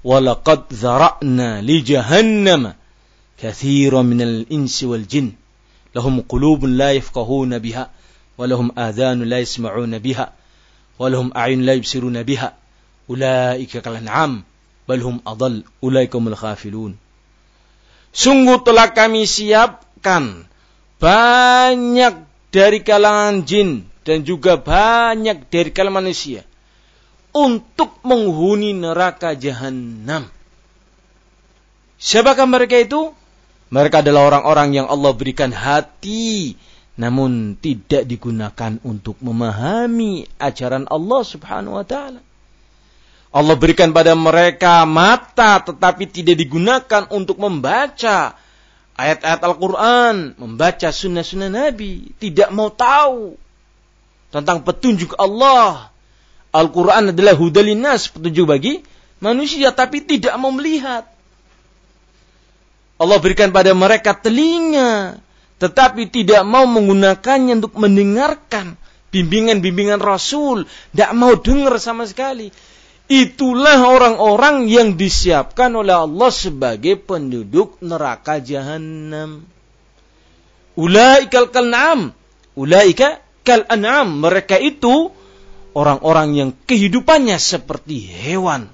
walaqad dzara'na li jahannama katsiran minal insi wal jin lahum qulubun la yafqahuna biha wa lahum adhanun la yasma'una biha wa lahum a'yunun la yubsiruna biha ulaika kal an'am bal hum adall ulaika humul ghafilun. Sungguh telah kami siapkan banyak dari kalangan jin dan juga banyak dari kalangan manusia untuk menghuni neraka jahanam. Siapakah mereka itu? Mereka adalah orang-orang yang Allah berikan hati namun tidak digunakan untuk memahami ajaran Allah Subhanahu wa taala. Allah berikan pada mereka mata tetapi tidak digunakan untuk membaca ayat-ayat Al-Quran, membaca sunnah-sunnah Nabi, tidak mau tahu tentang petunjuk Allah. Al-Quran adalah hudalinas, petunjuk bagi manusia, tapi tidak mau melihat. Allah berikan pada mereka telinga, tetapi tidak mau menggunakannya untuk mendengarkan bimbingan-bimbingan Rasul, tidak mau dengar sama sekali. Itulah orang-orang yang disiapkan oleh Allah sebagai penduduk neraka jahanam. Ulaika kal an'am. Ulaika kal an'am. Mereka itu orang-orang yang kehidupannya seperti hewan.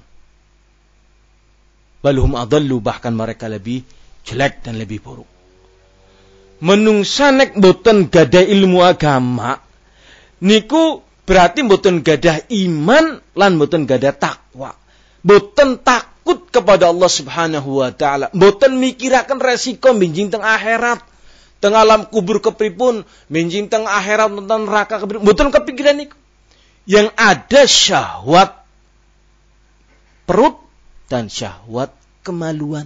Balhum adallu, bahkan mereka lebih jelek dan lebih buruk. Menungsa nek boten gadah ilmu agama niku berarti mboten gadah iman lan mboten gadah takwa. Mboten takut kepada Allah Subhanahu wa taala. Mboten mikiraken resiko benjing teng akhirat. Teng alam kubur kepripun, benjing teng akhirat tentang neraka kepripun. Mboten kepikiran niku. Yang ada syahwat perut dan syahwat kemaluan.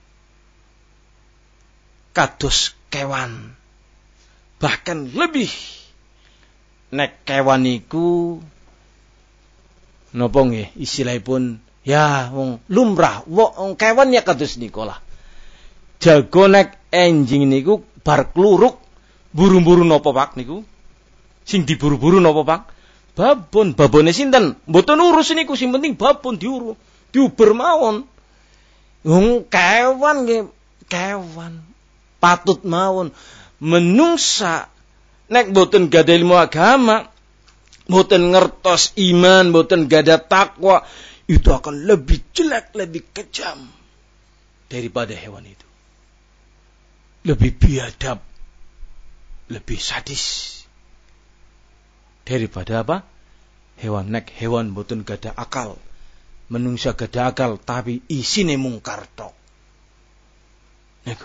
Kados kewan. Bahkan lebih. Nek kewan niku napa nggih istilahipun ya wong lumrah wong kewan ya kados niku lah. Jago nek enjing niku bar kluruk buru-buru napa Pak niku? Sing diburu-buru napa Pak? Babon, babone sinten? Mboten urus niku, sing penting babon diuru, diuber mawon. Wong kewan nggih kewan patut mawon menungsa nek boten gadah ilmu agama, boten ngertos iman, boten gadah takwa, itu akan lebih jelek, lebih kejam daripada hewan itu. Lebih biadab, lebih sadis daripada apa? Hewan. Nek hewan boten gadah akal, menungsa gadah akal, tapi isine mungkar tok. Niku.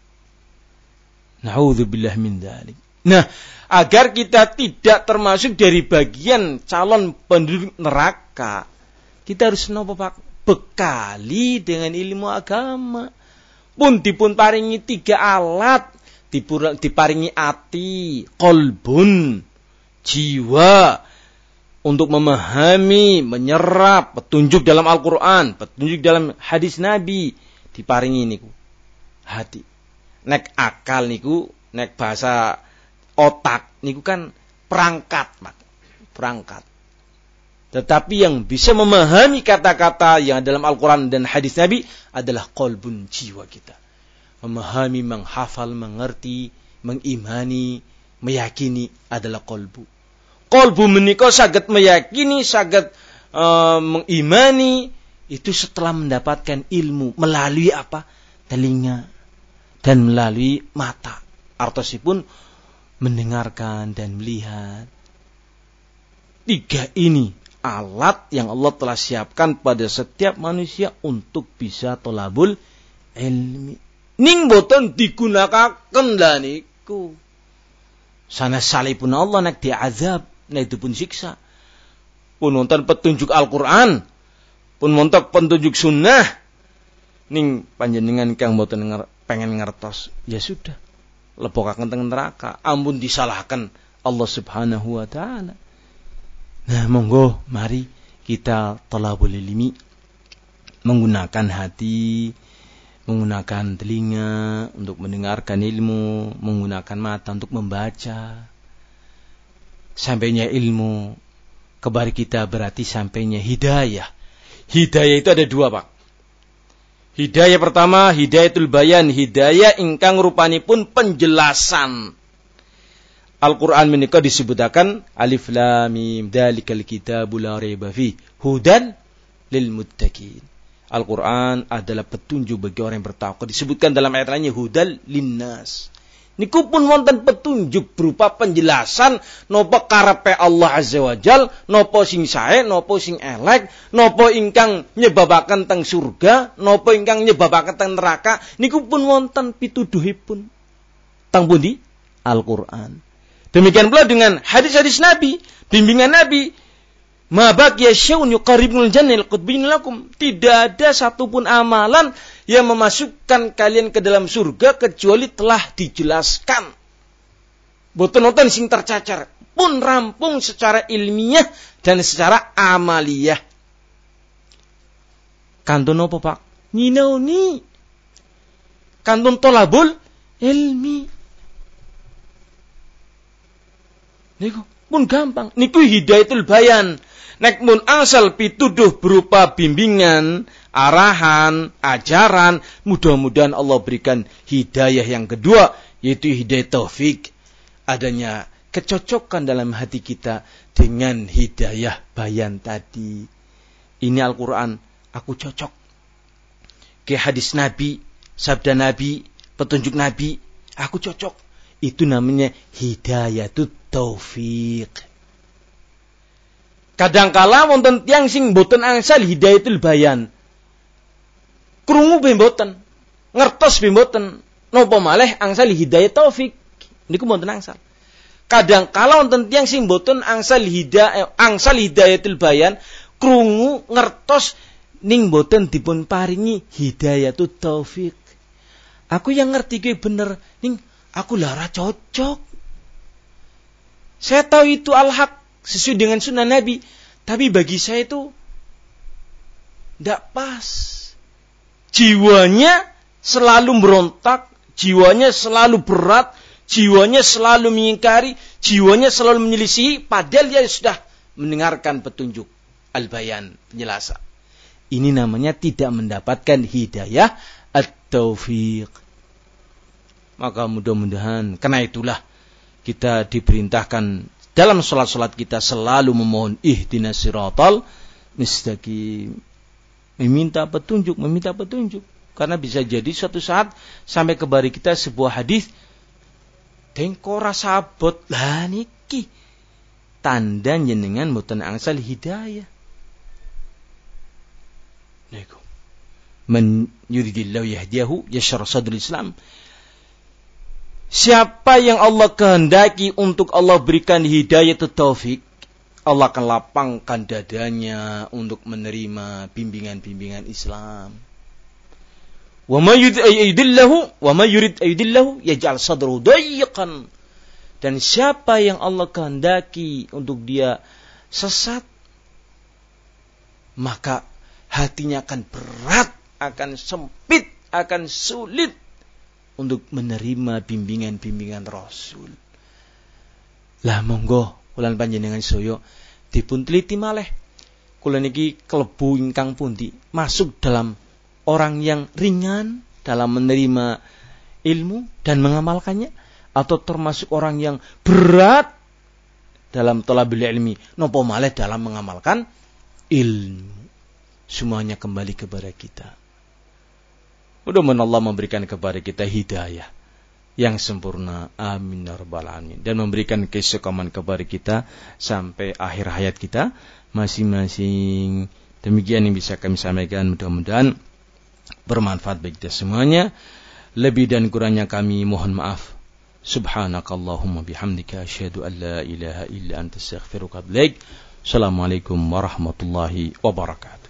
Na'udzubillah min dzalik. Nah, agar kita tidak termasuk dari bagian calon penduduk neraka, kita harus napa Pak? Bekali dengan ilmu agama. Pun dipun paringi tiga alat, dipur, diparingi ati, kolbun, jiwa, untuk memahami, menyerap petunjuk dalam Al-Quran, petunjuk dalam hadis Nabi, diparingi niku hati. Nek akal niku, nek bahasa otak niku kan perangkat, Mak. Perangkat. Tetapi yang bisa memahami kata-kata yang dalam Al-Quran dan hadis Nabi adalah qalbun, jiwa kita. Memahami, menghafal, mengerti, mengimani, meyakini adalah qalbu. Qalbu menika saged meyakini, saged uh, mengimani itu setelah mendapatkan ilmu melalui apa? Telinga dan melalui mata. Artosipun mendengarkan dan melihat. Tiga ini alat yang Allah telah siapkan pada setiap manusia untuk bisa tolabul ilmi. Ning boten digunakaken lah niku. Sanes salipun Allah nek diazab, nek itu pun siksa. Pun wonten petunjuk Al-Qur'an, pun wonten petunjuk sunnah. Ning panjenengan kang boten pengen ngertos, ya sudah. Lebokaken teng neraka, ampun disalahkan Allah Subhanahu wa taala. Nah, monggo mari kita thalabul ilmi menggunakan hati, menggunakan telinga untuk mendengarkan ilmu, menggunakan mata untuk membaca. Sampainya ilmu kepada kita berarti sampainya hidayah. Hidayah itu ada dua, Pak. Hidayah pertama, hidayatul bayan, hidayah ingkang rupanipun penjelasan. Al-Qur'an menika disebutaken alif lam mim dzalikal kitabul la raiba fi hudan lil muttaqin. Al-Qur'an adalah petunjuk bagi orang yang bertakwa. Disebutkan dalam ayat lainnya hudal linnas. Niku pun wonten petunjuk berupa penjelasan napa karepe Allah Azza wa Jal, napa sing sae, napa sing elek, napa ingkang nyebabaken teng surga, napa ingkang nyebabaken teng neraka. Niku pun wonten pituduhipun. Teng pundi? Al-Qur'an. Demikian pula dengan hadis-hadis Nabi, bimbingan Nabi. Ma baqiya syai'un yuqarribul jannah qutbin lakum. Tidak ada satupun amalan yang memasukkan kalian ke dalam surga kecuali telah dijelaskan. Boten wonten sing tercacar, pun rampung secara ilmiah dan secara amaliyah. Kantun apa, Pak? Nyinauni. Kantun tolabul ilmi. Niku pun gampang. Niku hidayatul bayan. Nek mun angsal pituduh berupa bimbingan, arahan, ajaran, mudah-mudahan Allah berikan hidayah yang kedua, yaitu hidayah taufik. Adanya kecocokan dalam hati kita dengan hidayah bayan tadi. Ini Al-Quran, aku cocok. Ke hadis Nabi, sabda Nabi, petunjuk Nabi, aku cocok. Itu namanya hidayatul taufik. Kadangkala wonten tiyang sing boten angsal hidayatul bayan. Krungu be mboten, ngertos be mboten, napa malih angsal hidayah taufik. Niku mboten angsal. Kadangkala wonten tiyang sing boten angsal hidayah angsal hidayatul bayan, krungu ngertos ning boten dipun paringi hidayatul taufik. Aku yang ngerti kuwi bener, ning aku lara cocok. Saya tahu itu al-haq sesuai dengan sunnah Nabi, tapi bagi saya itu tidak pas. Jiwanya selalu berontak, jiwanya selalu berat, jiwanya selalu mengingkari, jiwanya selalu menyelisihi, padahal dia sudah mendengarkan petunjuk al-bayan, penjelasan. Ini namanya tidak mendapatkan hidayah at-taufiq. Maka mudah-mudahan, karena itulah kita diperintahkan dalam salat-salat kita selalu memohon ihdinas siratal mustaqim. Meminta petunjuk, meminta petunjuk. Karena bisa jadi suatu saat sampai kebari kita sebuah hadis, tengko rasa abot lah niki. Tanda jenengan mboten angsal hidayah. Niku. Man yuridillahu yahdiyahu yashrah sadrul Islam. Siapa yang Allah kehendaki untuk Allah berikan hidayah taufik, Allah akan lapangkan dadanya untuk menerima bimbingan-bimbingan Islam. Wa may yurid ayyidillahu wa may yurid ayyidillahu yaj'al sadruhu dayyqan. Dan siapa yang Allah kehendaki untuk dia sesat, maka hatinya akan berat, akan sempit, akan sulit untuk menerima bimbingan-bimbingan Rasul. Lah monggo kula panjenengan saya dipun teliti malih. Kula niki klebu ingkang pundi? Masuk dalam orang yang ringan dalam menerima ilmu dan mengamalkannya, atau termasuk orang yang berat dalam thalabul ilmi, napa malih dalam mengamalkan ilmu. Semuanya kembali kepada kita. Mudah-mudahan Allah memberikan kepada kita hidayah yang sempurna. Amin ya rabbal alamin. Dan memberikan keistiqomahan kepada kita sampai akhir hayat kita masing-masing. Demikian yang bisa kami sampaikan. Mudah-mudahan bermanfaat bagi kita semuanya. Lebih dan kurangnya kami mohon maaf. Subhanakallahumma bihamdika asyhadu an la ilaha illa anta astaghfiruka wa atubu ilaik. Assalamualaikum warahmatullahi wabarakatuh.